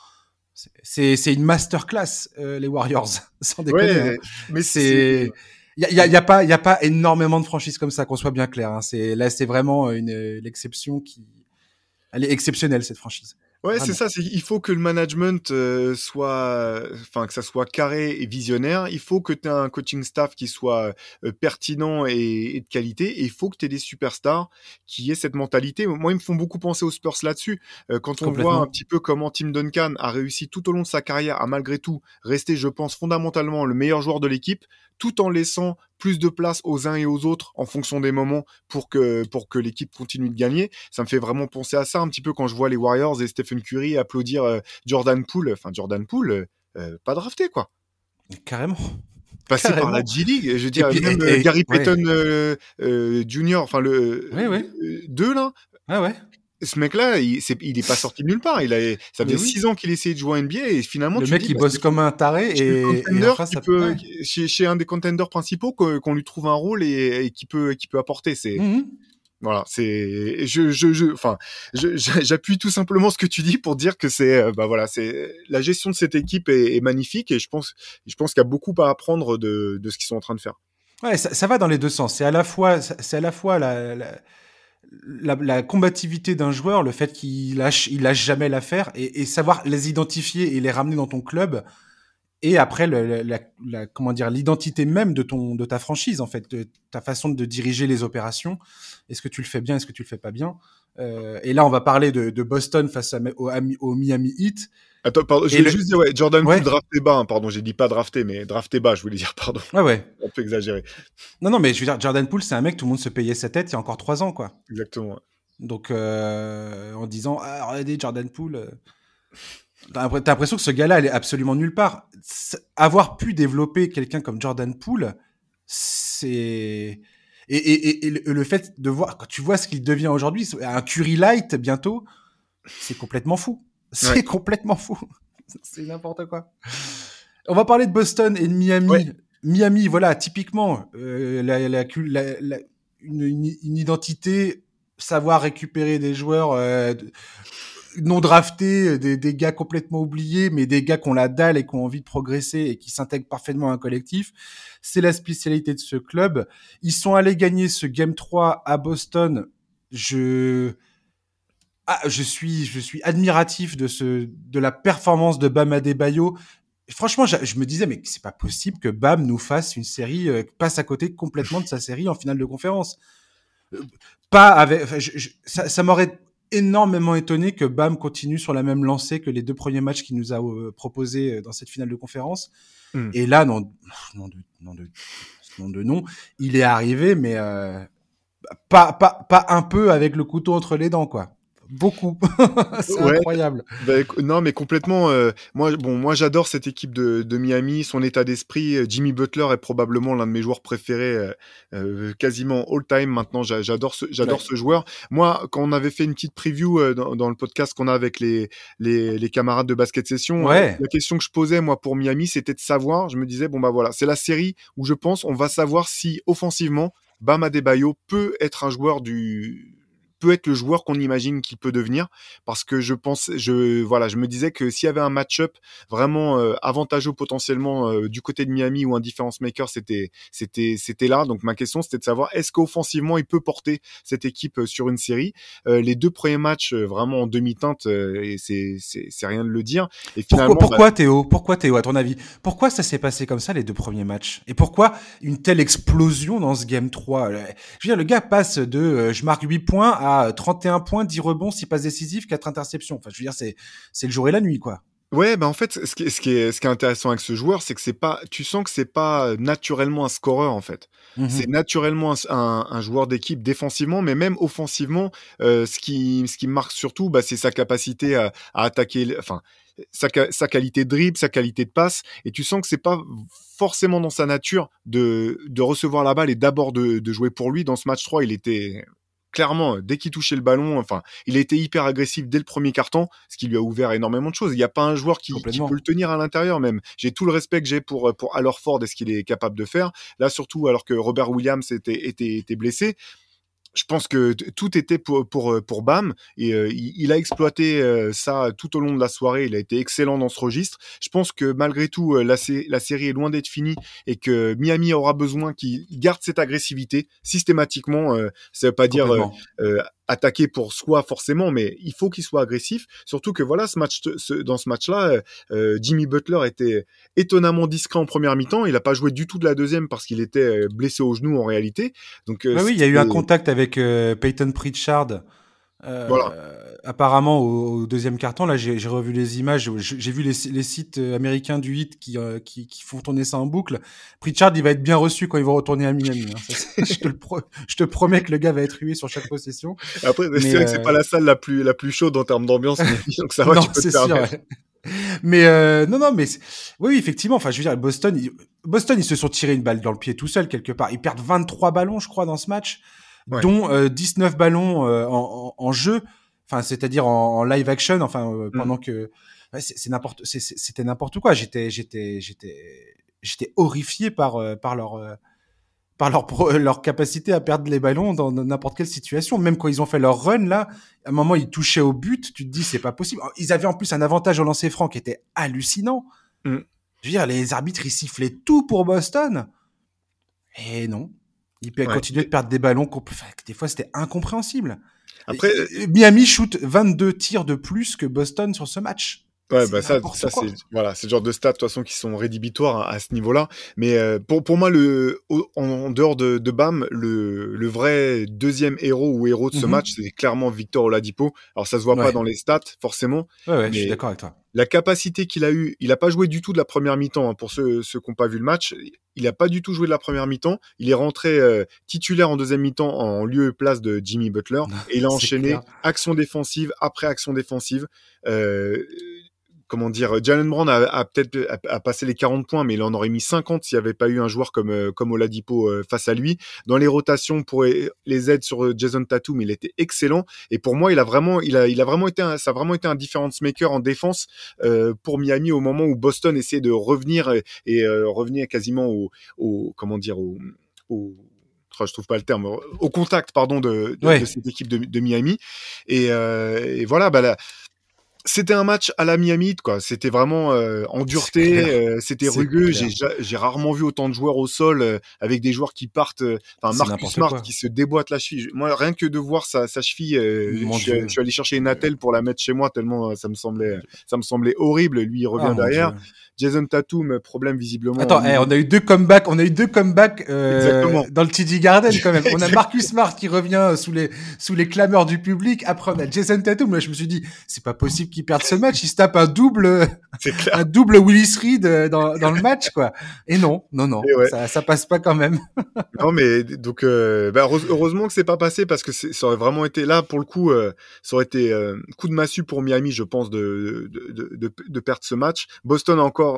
C'est, c'est une masterclass, euh, les Warriors, sans déconner. Ouais, hein. Mais c'est, il y a, y a, y a pas, il y a pas énormément de franchises comme ça, qu'on soit bien clair. Hein. C'est là, c'est vraiment une l'exception qui, elle est exceptionnelle cette franchise. Ouais, Vraiment. c'est ça. C'est, il faut que le management euh, soit, enfin que ça soit carré et visionnaire. Il faut que tu aies un coaching staff qui soit euh, pertinent et, et de qualité. Et il faut que tu aies des superstars qui aient cette mentalité. Moi, ils me font beaucoup penser aux Spurs là-dessus. Euh, quand on voit un petit peu comment Tim Duncan a réussi tout au long de sa carrière à malgré tout rester, je pense, fondamentalement le meilleur joueur de l'équipe, tout en laissant plus de place aux uns et aux autres en fonction des moments pour que, pour que l'équipe continue de gagner. Ça me fait vraiment penser à ça un petit peu quand je vois les Warriors et Stephen Curry applaudir euh, Jordan Poole. Enfin, Jordan Poole, euh, pas drafté, quoi. Carrément. Passé Carrément. par la G-League. Je veux dire, puis, même et, et, Gary Payton ouais. euh, euh, Junior, enfin le ouais, ouais. Euh, deux, là. Ah ouais. Ce mec-là, il, c'est, il est pas sorti de nulle part. Il a, ça faisait six oui. ans qu'il essayait de jouer en N B A et finalement, le tu mec, dis, il bah, bosse comme un taré et, et enfin, ça peut, ouais. chez, chez un des contenders principaux, qu'on, qu'on lui trouve un rôle et, et qui peut, qui peut apporter. C'est, mm-hmm. voilà, c'est, je, je, je, enfin, je, j'appuie tout simplement ce que tu dis pour dire que c'est, bah voilà, c'est, la gestion de cette équipe est, est magnifique et je pense, je pense qu'il y a beaucoup à apprendre de, de ce qu'ils sont en train de faire. Ouais, ça, ça va dans les deux sens. C'est à la fois, c'est à la fois la, la... La, la combativité d'un joueur, le fait qu'il lâche, il lâche jamais l'affaire, et, et savoir les identifier et les ramener dans ton club, et après le, la, la, comment dire, l'identité même de ton, de ta franchise en fait, de ta façon de diriger les opérations. Est-ce que tu le fais bien, est-ce que tu le fais pas bien? euh, Et là, on va parler de, de Boston face à, au, au Miami Heat. Attends, pardon, je vais le... juste dire, ouais, Jordan Poole ouais. drafté bas, hein, pardon, j'ai dit pas drafté, mais drafté bas, je voulais dire, pardon. Ouais, ouais. Un peu exagéré. Non, non, mais je veux dire, Jordan Poole, c'est un mec, tout le monde se payait sa tête il y a encore trois ans, quoi. Exactement. Donc, euh, en disant, ah, regardez, Jordan Poole. Euh, t'as l'impression que ce gars-là, elle est absolument nulle part. C'est, avoir pu développer quelqu'un comme Jordan Poole, c'est. Et, et, et, et le, le fait de voir, quand tu vois ce qu'il devient aujourd'hui, un Curry Light bientôt, c'est complètement fou. C'est ouais. complètement fou. C'est n'importe quoi. On va parler de Boston et de Miami. Ouais. Miami, voilà, typiquement, euh, la, la, la, la, une, une identité, savoir récupérer des joueurs euh, non draftés, des, des gars complètement oubliés, mais des gars qui ont la dalle et qui ont envie de progresser et qui s'intègrent parfaitement à un collectif. C'est la spécialité de ce club. Ils sont allés gagner ce Game trois à Boston. Je... Ah, je suis, je suis admiratif de ce, de la performance de Bam Adebayo. Franchement, je, je me disais, mais c'est pas possible que Bam nous fasse une série, euh, passe à côté complètement de sa série en finale de conférence. Euh, pas avec, enfin, je, je, ça, ça m'aurait énormément étonné que Bam continue sur la même lancée que les deux premiers matchs qu'il nous a euh, proposés dans cette finale de conférence. Mm. Et là, non, non de, non de, non de non, il est arrivé, mais euh, pas, pas, pas un peu avec le couteau entre les dents, quoi. Beaucoup. C'est ouais, incroyable. Bah, non, mais complètement. Euh, moi, bon, moi, j'adore cette équipe de, de Miami, son état d'esprit. Jimmy Butler est probablement l'un de mes joueurs préférés, euh, euh, quasiment all-time. Maintenant, j'adore ce, j'adore ouais. ce joueur. Moi, quand on avait fait une petite preview euh, dans, dans le podcast qu'on a avec les, les, les camarades de Basket Session, ouais. euh, la question que je posais, moi, pour Miami, c'était de savoir. Je me disais, bon, bah voilà, c'est la série où je pense on va savoir si, offensivement, Bam Adebayo peut être un joueur du peut être le joueur qu'on imagine qu'il peut devenir, parce que je pense, je voilà, je me disais que s'il y avait un match-up vraiment euh, avantageux potentiellement euh, du côté de Miami ou un difference maker, c'était c'était c'était là. Donc ma question c'était de savoir est-ce qu'offensivement il peut porter cette équipe sur une série. Euh, les deux premiers matchs euh, vraiment en demi-teinte, euh, et c'est c'est c'est rien de le dire. Et finalement, pourquoi, pourquoi bah... Théo, pourquoi Théo, à ton avis, pourquoi ça s'est passé comme ça les deux premiers matchs, et pourquoi une telle explosion dans ce game trois? Je veux dire, le gars passe de euh, je marque huit points à à trente et un points, dix rebonds, six passes décisives, quatre interceptions. Enfin, je veux dire, c'est, c'est le jour et la nuit, quoi. Ouais, bah en fait, ce qui est, ce qui est, ce qui est intéressant avec ce joueur, c'est que c'est pas, tu sens que c'est pas naturellement un scoreur, en fait. Mm-hmm. C'est naturellement un, un, un joueur d'équipe défensivement, mais même offensivement, euh, ce qui, ce qui marque surtout, bah, c'est sa capacité à, à attaquer, enfin, sa, sa qualité de dribble, sa qualité de passe, et tu sens que c'est pas forcément dans sa nature de, de recevoir la balle et d'abord de, de jouer pour lui. Dans ce match trois, il était clairement, dès qu'il touchait le ballon, enfin, il a été hyper agressif dès le premier quart-temps, ce qui lui a ouvert énormément de choses. Il n'y a pas un joueur qui, qui peut le tenir à l'intérieur même. J'ai tout le respect que j'ai pour, pour Al Horford et ce qu'il est capable de faire. Là, surtout, alors que Robert Williams était, était, était blessé. Je pense que t- tout était pour, pour, pour Bam, et euh, il, il a exploité euh, ça tout au long de la soirée. Il a été excellent dans ce registre. Je pense que malgré tout, euh, la, sé- la série est loin d'être finie et que Miami aura besoin qu'il garde cette agressivité systématiquement. Euh, ça veut pas dire euh, euh, attaquer pour soi forcément, mais il faut qu'il soit agressif. Surtout que voilà, ce match, ce, dans ce match-là, euh, Jimmy Butler était étonnamment discret en première mi-temps. Il n'a pas joué du tout de la deuxième parce qu'il était blessé au genou en réalité. Donc, euh, bah oui, il y a eu un contact avec euh, Peyton Pritchard. Euh, voilà. Apparemment au, au deuxième carton, là j'ai, j'ai revu les images, j'ai, j'ai vu les, les sites américains du hit qui, euh, qui, qui font tourner ça en boucle. Pritchard, il va être bien reçu quand il va retourner à Miami. Hein. Ça, je, te le pro- je te promets que le gars va être hué sur chaque possession. Après, mais c'est vrai euh... que c'est pas la salle la plus la plus chaude en termes d'ambiance, donc ça va, non, tu peux c'est te permettre. Sûr, ouais. Mais euh, non, non, mais oui, oui, effectivement. Enfin, je veux dire, Boston, ils, Boston, ils se sont tirés une balle dans le pied tout seul quelque part. Ils perdent vingt-trois ballons, je crois, dans ce match, ouais. dont euh, dix-neuf ballons euh, en, en, en jeu. Enfin, c'est-à-dire en, en live action. Enfin, euh, pendant mm. que ouais, c'est, c'est n'importe, c'est, c'était n'importe quoi. J'étais, j'étais, j'étais, j'étais horrifié par euh, par leur euh, par leur pro, leur capacité à perdre les ballons dans n'importe quelle situation. Même quand ils ont fait leur run là, à un moment ils touchaient au but, tu te dis c'est pas possible. Ils avaient en plus un avantage au lancer franc qui était hallucinant. Mm. Je veux dire, les arbitres ils sifflaient tout pour Boston. Et non, ils ouais. continuaient de perdre des ballons. Enfin, des fois c'était incompréhensible. Après, Miami shoot vingt-deux tirs de plus que Boston sur ce match. Ouais, c'est bah ça, ça c'est voilà, c'est le genre de stats de toute façon qui sont rédhibitoires à, à ce niveau-là. Mais euh, pour pour moi, le en, en dehors de, de Bam, le le vrai deuxième héros ou héros de ce mm-hmm. match, c'est clairement Victor Oladipo. Alors ça se voit ouais. pas dans les stats forcément. Ouais, ouais, mais je suis d'accord avec toi. la capacité qu'il a eu, il a pas joué du tout de la première mi-temps, hein, pour ceux, ceux qui n'ont pas vu le match. Il a pas du tout joué de la première mi-temps. Il est rentré euh, titulaire en deuxième mi-temps en lieu et place de Jimmy Butler. Et il a enchaîné clair. action défensive après action défensive. Euh, Comment dire, Jalen Brown a, a peut-être a, a passé les quarante points, mais il en aurait mis cinquante s'il n'y avait pas eu un joueur comme euh, comme Oladipo euh, face à lui. Dans les rotations pour les aides sur Jason Tatum, il était excellent. Et pour moi, il a vraiment, il a, il a vraiment été, un, ça a vraiment été un difference maker en défense euh, pour Miami au moment où Boston essayait de revenir et, et euh, revenir quasiment au, au, comment dire, au, au je trouve pas le terme, au contact, pardon, de, de, ouais. de cette équipe de, de Miami. Et, euh, et voilà, bah là. C'était un match à la Miami, quoi. C'était vraiment euh, en dureté, euh, c'était c'est rugueux. J'ai, j'ai rarement vu autant de joueurs au sol euh, avec des joueurs qui partent. Enfin, euh, Marcus Smart quoi. Qui se déboîte la cheville. Moi, rien que de voir sa, sa cheville, euh, je, suis, je suis allé chercher une attelle pour la mettre chez moi tellement ça me semblait, ça me semblait horrible. Lui, il revient ah, derrière. Jason Tatum, problème visiblement. Attends, hey, on a eu deux comebacks, on a eu deux comebacks euh, dans le T D Garden quand même. On a Marcus Smart qui revient sous les sous les clameurs du public. Après, on a Jason Tatum. Là, je me suis dit, c'est pas possible qu'il perde ce match. Il se tape un double, un double Willis Reed dans dans le match, quoi. Et non, non, non, ouais. ça ça passe pas quand même. Non, mais donc, euh, bah, heureusement que c'est pas passé parce que c'est, ça aurait vraiment été là pour le coup, euh, ça aurait été euh, coup de massue pour Miami, je pense, de de de, de, de perdre ce match. Boston a encore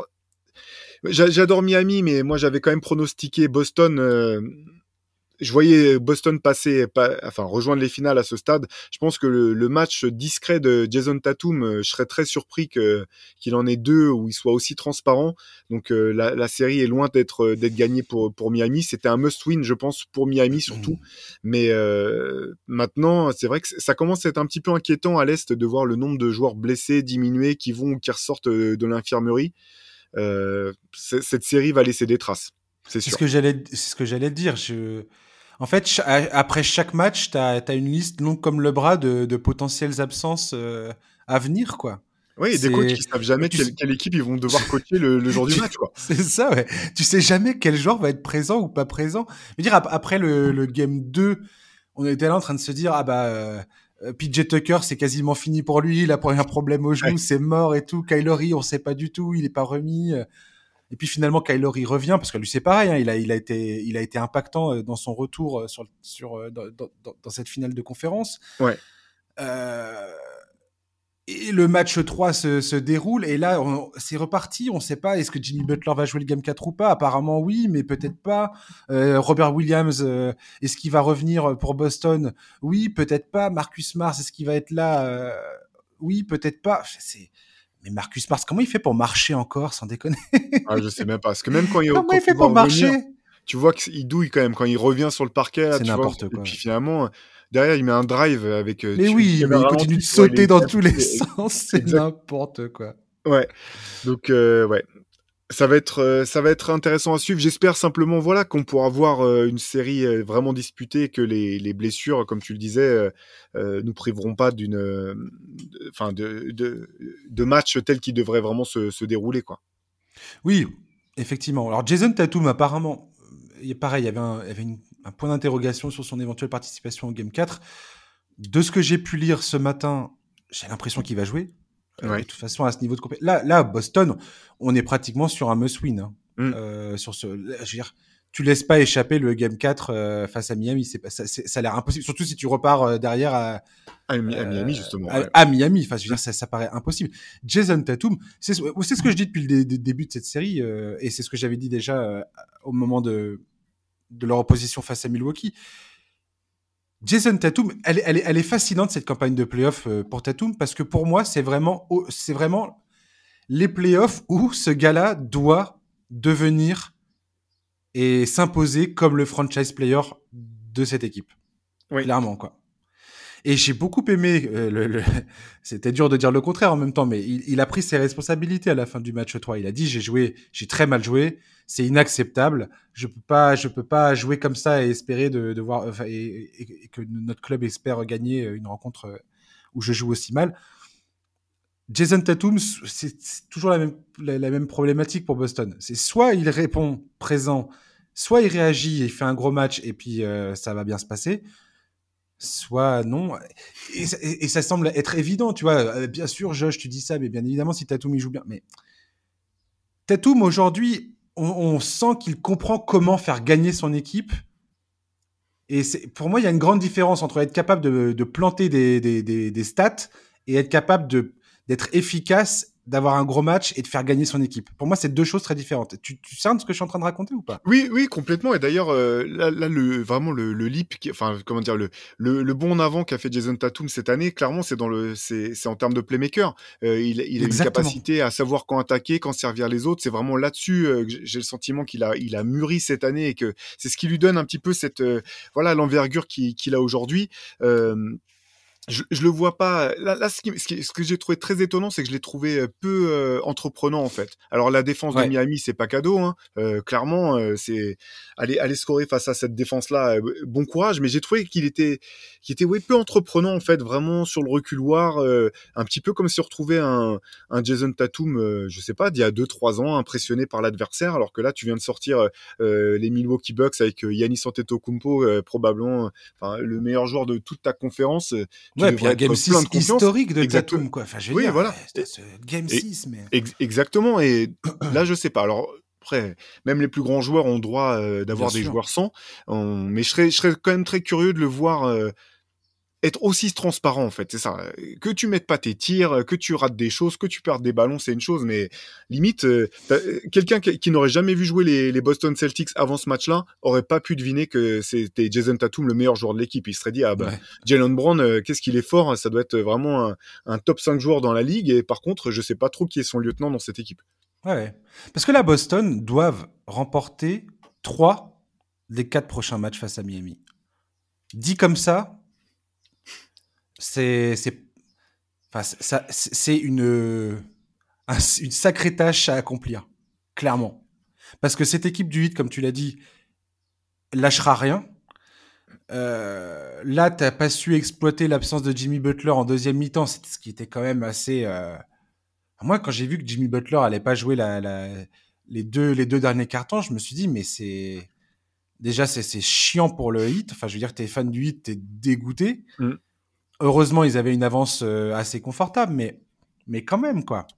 J'adore Miami, mais moi j'avais quand même pronostiqué Boston. Euh, je voyais Boston passer, pas, enfin rejoindre les finales à ce stade. Je pense que le, le match discret de Jason Tatum, euh, je serais très surpris que qu'il en ait deux où il soit aussi transparent. Donc euh, la, la série est loin d'être d'être gagnée pour pour Miami. C'était un must-win, je pense, pour Miami surtout. Mmh. Mais euh, maintenant, c'est vrai que ça commence à être un petit peu inquiétant à l'est de voir le nombre de joueurs blessés diminuer, qui vont ou qui ressortent de l'infirmerie. Euh, cette série va laisser des traces, c'est sûr. C'est ce que j'allais, c'est ce que j'allais dire. Je... En fait, ch- après chaque match, tu as une liste longue comme le bras de, de potentielles absences euh, à venir, quoi. Oui, et des coachs qui savent jamais quelle, quelle équipe ils vont devoir coacher le, le jour du match, quoi. C'est ça, ouais. Tu sais jamais quel joueur va être présent ou pas présent. Je veux dire, après le, le game deux, on était là en train de se dire, ah bah... Euh, P J Tucker, c'est quasiment fini pour lui. Il a un problème au genou, ouais. C'est mort et tout. Kylori, on sait pas du tout. Il est pas remis. Et puis finalement, Kylori revient parce que lui, c'est pareil. Hein, il a, il a été, il a été impactant dans son retour sur, sur, dans, dans, dans cette finale de conférence. Ouais. Euh, et le match trois se, se déroule. Et là, on, c'est reparti. On sait pas. Est-ce que Jimmy Butler va jouer le game quatre ou pas? Apparemment, oui, mais peut-être pas. Euh, Robert Williams, euh, est-ce qu'il va revenir pour Boston? Oui, peut-être pas. Marcus Smart, est-ce qu'il va être là? euh, Oui, peut-être pas. C'est... Mais Marcus Smart, comment il fait pour marcher encore, sans déconner? Ah, je sais même pas. Parce que même quand il, comment quand il fait pour marcher revenir, tu vois qu'il douille quand même quand il revient sur le parquet. C'est tu n'importe vois, quoi. Et puis finalement, derrière, il met un drive avec. Mais tu, oui, mais il continue de sauter dans tous les sens. C'est exact. N'importe quoi. Ouais. Donc, euh, ouais. Ça va être, euh, ça va être intéressant à suivre. J'espère simplement, voilà, qu'on pourra voir euh, une série euh, vraiment disputée, que les, les blessures, comme tu le disais, euh, euh, nous priveront pas d'une, enfin, de, de, de matchs tels qu'ils devraient vraiment se, se dérouler, quoi. Oui, effectivement. Alors Jason Tatum, apparemment, il est pareil, il y avait un, il y avait une, un point d'interrogation sur son éventuelle participation au Game quatre. De ce que j'ai pu lire ce matin, j'ai l'impression qu'il va jouer. Euh, ouais. De toute façon, à ce niveau de compétition. Là, là, Boston, on est pratiquement sur un must-win. Hein. Mm. Euh, sur ce, je veux dire, tu laisses pas échapper le Game quatre euh, face à Miami. C'est pas, ça, c'est, ça a l'air impossible. Surtout si tu repars euh, derrière à, à, à Miami, justement. À, ouais. à Miami. Enfin, je veux dire, ça, ça paraît impossible. Jason Tatum, c'est, c'est ce que je dis depuis le dé- début de cette série, euh, et c'est ce que j'avais dit déjà euh, au moment de, de leur opposition face à Milwaukee. Jason Tatum, elle, elle, elle est fascinante, cette campagne de playoff pour Tatum, parce que pour moi, c'est vraiment, c'est vraiment les playoffs où ce gars-là doit devenir et s'imposer comme le franchise player de cette équipe. Oui. Clairement, quoi. Et j'ai beaucoup aimé, euh, le, le... c'était dur de dire le contraire en même temps, mais il, il a pris ses responsabilités à la fin du match trois. Il a dit, j'ai joué, j'ai très mal joué, c'est inacceptable, je peux pas, je peux pas jouer comme ça et espérer de, de voir, enfin, et, et, et que notre club espère gagner une rencontre où je joue aussi mal. Jason Tatum, c'est, c'est toujours la même, la, la même problématique pour Boston. C'est soit il répond présent, soit il réagit et il fait un gros match et puis euh, ça va bien se passer. soit non. Et, et, et ça semble être évident, tu vois. Bien sûr, Josh, tu dis ça, mais bien évidemment, si Tatum il joue bien. Mais Tatum, aujourd'hui, on, on sent qu'il comprend comment faire gagner son équipe. Et c'est, pour moi, il y a une grande différence entre être capable de, de planter des, des, des, des stats et être capable de, d'être efficace, d'avoir un gros match et de faire gagner son équipe. Pour moi, c'est deux choses très différentes. Tu, tu cernes ce que je suis en train de raconter ou pas? Oui, oui, complètement. Et d'ailleurs, euh, là, là, le vraiment le, le leap, qui, enfin, comment dire, le, le, le bond en avant qu'a fait Jason Tatum cette année, clairement, c'est dans le, c'est, c'est en termes de playmaker. Euh, il, il a une Exactement. capacité à savoir quand attaquer, quand servir les autres. C'est vraiment là-dessus euh, que j'ai le sentiment qu'il a, il a mûri cette année et que c'est ce qui lui donne un petit peu cette, euh, voilà, l'envergure qu'il, qu'il a aujourd'hui. Euh, Je, je le vois pas. Là, là ce, qui, ce, qui, ce que j'ai trouvé très étonnant, c'est que je l'ai trouvé peu euh, entreprenant en fait. Alors la défense de Ouais. Miami, c'est pas cadeau, hein. Euh, clairement, euh, c'est aller aller scorer face à cette défense-là, euh, bon courage. Mais j'ai trouvé qu'il était, qu'il était ouais, peu entreprenant en fait, vraiment sur le reculoir, euh, un petit peu comme si on retrouvait un, un Jason Tatum, euh, je sais pas, d'il y a deux trois ans, impressionné par l'adversaire, alors que là, tu viens de sortir euh, les Milwaukee Bucks avec euh, Giannis Antetokounmpo, euh, probablement, enfin le meilleur joueur de toute ta conférence. Tu Ouais, puis devrais un game être plein six de confiance. historique de Exact. Tatum, quoi. Enfin, je veux Oui, dire, voilà. ouais, ce game Et, six, mais... ex- exactement. Et là, je sais pas. Alors, après, même les plus grands joueurs ont droit euh, Bien d'avoir des sûr. joueurs sans. On- Mais je serais, je serais quand même très curieux de le voir euh, être aussi transparent, en fait. C'est ça. Que tu mettes pas tes tirs, que tu rates des choses, que tu perdes des ballons, c'est une chose. Mais limite, euh, t'as- quelqu'un qui, qui n'aurait jamais vu jouer les, les Boston Celtics avant ce match-là aurait pas pu deviner que c'était Jason Tatum le meilleur joueur de l'équipe. Il se serait dit, ah ben, Ouais. Jalen Brown, euh, qu'est-ce qu'il est fort, ça doit être vraiment un, un top cinq joueur dans la ligue. Et par contre, je sais pas trop qui est son lieutenant dans cette équipe. Ouais, ouais. Parce que là, Boston doivent remporter trois des quatre prochains matchs face à Miami. Dit comme ça, c'est, c'est, enfin, ça, c'est une, un- une sacrée tâche à accomplir, clairement. Parce que cette équipe du Heat, comme tu l'as dit, lâchera rien. Euh, là, t'as pas su exploiter l'absence de Jimmy Butler en deuxième mi-temps, ce qui était quand même assez. Euh... Moi, quand j'ai vu que Jimmy Butler allait pas jouer la, la, les deux les deux derniers cartons, je me suis dit mais c'est déjà c'est c'est chiant pour le Heat. Enfin, je veux dire, t'es fan du Heat, t'es dégoûté. Mm. Heureusement, ils avaient une avance euh, assez confortable, mais mais quand même quoi.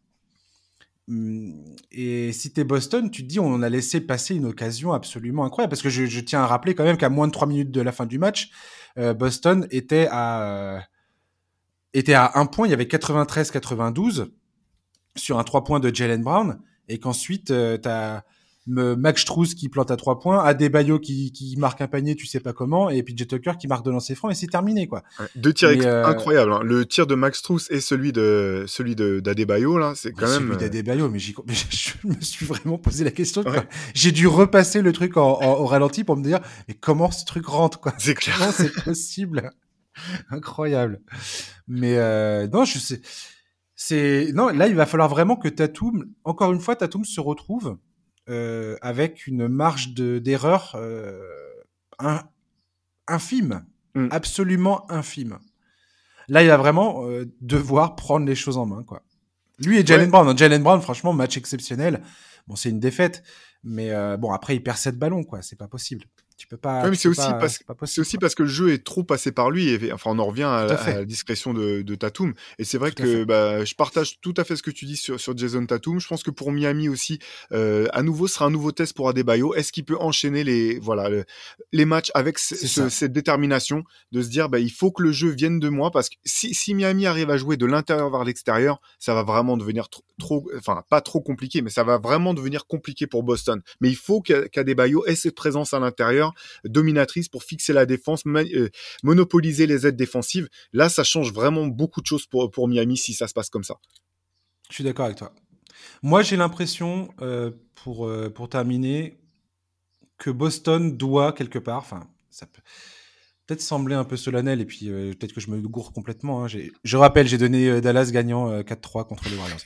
Et si t'es Boston, tu te dis on a laissé passer une occasion absolument incroyable parce que je, je tiens à rappeler quand même qu'à moins de trois minutes de la fin du match, euh, Boston était à euh, était à un point, il y avait quatre-vingt-treize quatre-vingt-douze sur un trois points de Jaylen Brown et qu'ensuite euh, t'as me, Max Strus qui plante à trois points, Adebayo qui, qui marque un panier, tu sais pas comment, et puis Jet Tucker qui marque de lancer franc et c'est terminé quoi. Ouais. Deux tirs Mais ex- euh, incroyables. Hein. Le tir de Max Strus et celui de celui de d'Adebayo là, c'est Mais quand même. celui euh, d'Adebayo, mais, j'y, mais je me suis vraiment posé la question. Quoi. Ouais, J'ai dû repasser le truc en, en, au ralenti pour me dire, mais comment ce truc rentre quoi. c'est clair. Comment c'est possible? Incroyable. Mais euh, non, je sais. C'est non, là il va falloir vraiment que Tatum, encore une fois, Tatum se retrouve euh, avec une marge de, d'erreur euh, un, infime, Mm. absolument infime. Là, il va vraiment euh, devoir prendre les choses en main, quoi. Lui et Ouais. Jaylen Brown. Jaylen Brown, franchement, match exceptionnel. Bon, c'est une défaite, mais euh, bon, après, il perd sept ballons, quoi. C'est pas possible. Tu peux pas, Ouais, mais tu c'est peux aussi pas, parce c'est pas c'est possible, aussi quoi. parce que le jeu est trop passé par lui et enfin on en revient à, Tout à la à la fait, discrétion de, de Tatum et c'est vrai tout à que fait. bah, je partage tout à fait ce que tu dis sur, sur Jason Tatum. Je pense que pour Miami aussi, euh, à nouveau, ce sera un nouveau test pour Adebayo. Est-ce qu'il peut enchaîner les voilà le- les matchs avec ce, C'est ce- ça. cette détermination de se dire bah, il faut que le jeu vienne de moi parce que si, si Miami arrive à jouer de l'intérieur vers l'extérieur, ça va vraiment devenir trop, trop enfin pas trop compliqué, mais ça va vraiment devenir compliqué pour Boston. Mais il faut qu'a- qu'Adebayo ait cette présence à l'intérieur dominatrice pour fixer la défense, ma- euh, monopoliser les aides défensives. Là, ça change vraiment beaucoup de choses pour, pour Miami si ça se passe comme ça. Je suis d'accord avec toi. Moi, j'ai l'impression, euh, pour, euh, pour terminer, que Boston doit quelque part, enfin, ça peut peut-être sembler un peu solennel, et puis euh, peut-être que je me gourre complètement. Hein. J'ai, je rappelle, j'ai donné euh, Dallas gagnant euh, quatre trois contre les Warriors.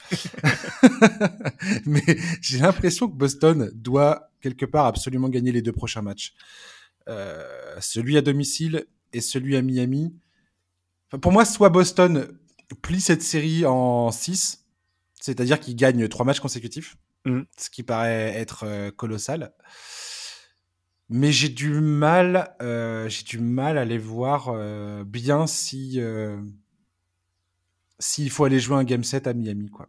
Mais j'ai l'impression que Boston doit quelque part absolument gagner les deux prochains matchs. Euh, celui à domicile et celui à Miami. Enfin, pour moi, soit Boston plie cette série en six, c'est-à-dire qu'il gagne trois matchs consécutifs, Mm. ce qui paraît être euh, colossal. Mais j'ai du mal, euh, j'ai du mal à les voir euh, bien si euh, s'il faut aller jouer un game set à Miami, quoi.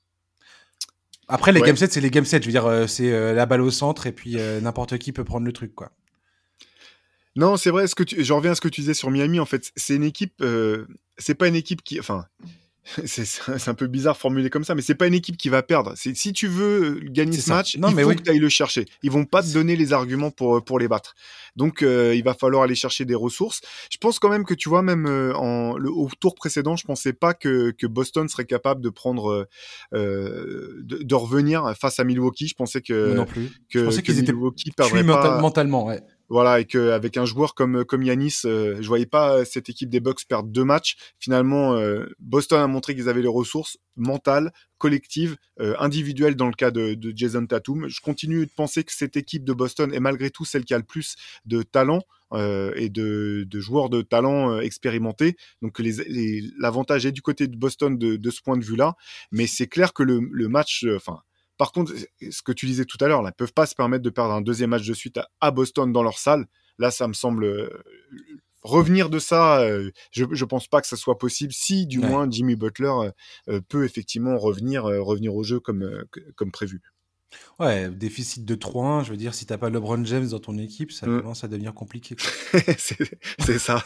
Après, les Ouais. game sets, c'est les game sets. Je veux dire, euh, c'est euh, la balle au centre et puis euh, n'importe qui peut prendre le truc, quoi. Non, c'est vrai. Ce que tu... Je reviens à ce que tu disais sur Miami. En fait, c'est une équipe. Euh... C'est pas une équipe qui. Enfin, c'est, c'est un peu bizarre formulé comme ça, mais c'est pas une équipe qui va perdre. C'est, si tu veux gagner C'est ce ça. match, Non, il mais faut oui. que tu ailles le chercher. Ils vont pas te C'est- donner les arguments pour, pour les battre. Donc, euh, il va falloir aller chercher des ressources. Je pense quand même que tu vois, même euh, en, le, au tour précédent, je pensais pas que, que Boston serait capable de prendre, euh, de, de revenir face à Milwaukee. Je pensais Moi non que, plus. Je que, pensais que qu'ils étaient Milwaukee cuits perdrait mental- pas. mentalement, ouais. Voilà, et qu'avec un joueur comme comme Yanis, euh, je voyais pas cette équipe des Bucks perdre deux matchs. Finalement, euh, Boston a montré qu'ils avaient les ressources mentales, collectives, euh, individuelles dans le cas de, de Jason Tatum. Je continue de penser que cette équipe de Boston est malgré tout celle qui a le plus de talent euh, et de, de joueurs de talent euh, expérimentés. Donc les, les, l'avantage est du côté de Boston de, de ce point de vue-là. Mais c'est clair que le, le match, enfin. Euh, par contre, ce que tu disais tout à l'heure, là, peuvent pas se permettre de perdre un deuxième match de suite à, à Boston dans leur salle. Là, ça me semble euh, revenir de ça. Euh, je, je pense pas que ça soit possible. Si, du Ouais. moins, Jimmy Butler euh, peut effectivement revenir, euh, revenir au jeu comme, euh, comme prévu. Ouais, déficit de trois un, je veux dire, si t'as pas LeBron James dans ton équipe, ça Mm. commence à devenir compliqué, quoi. c'est, c'est ça.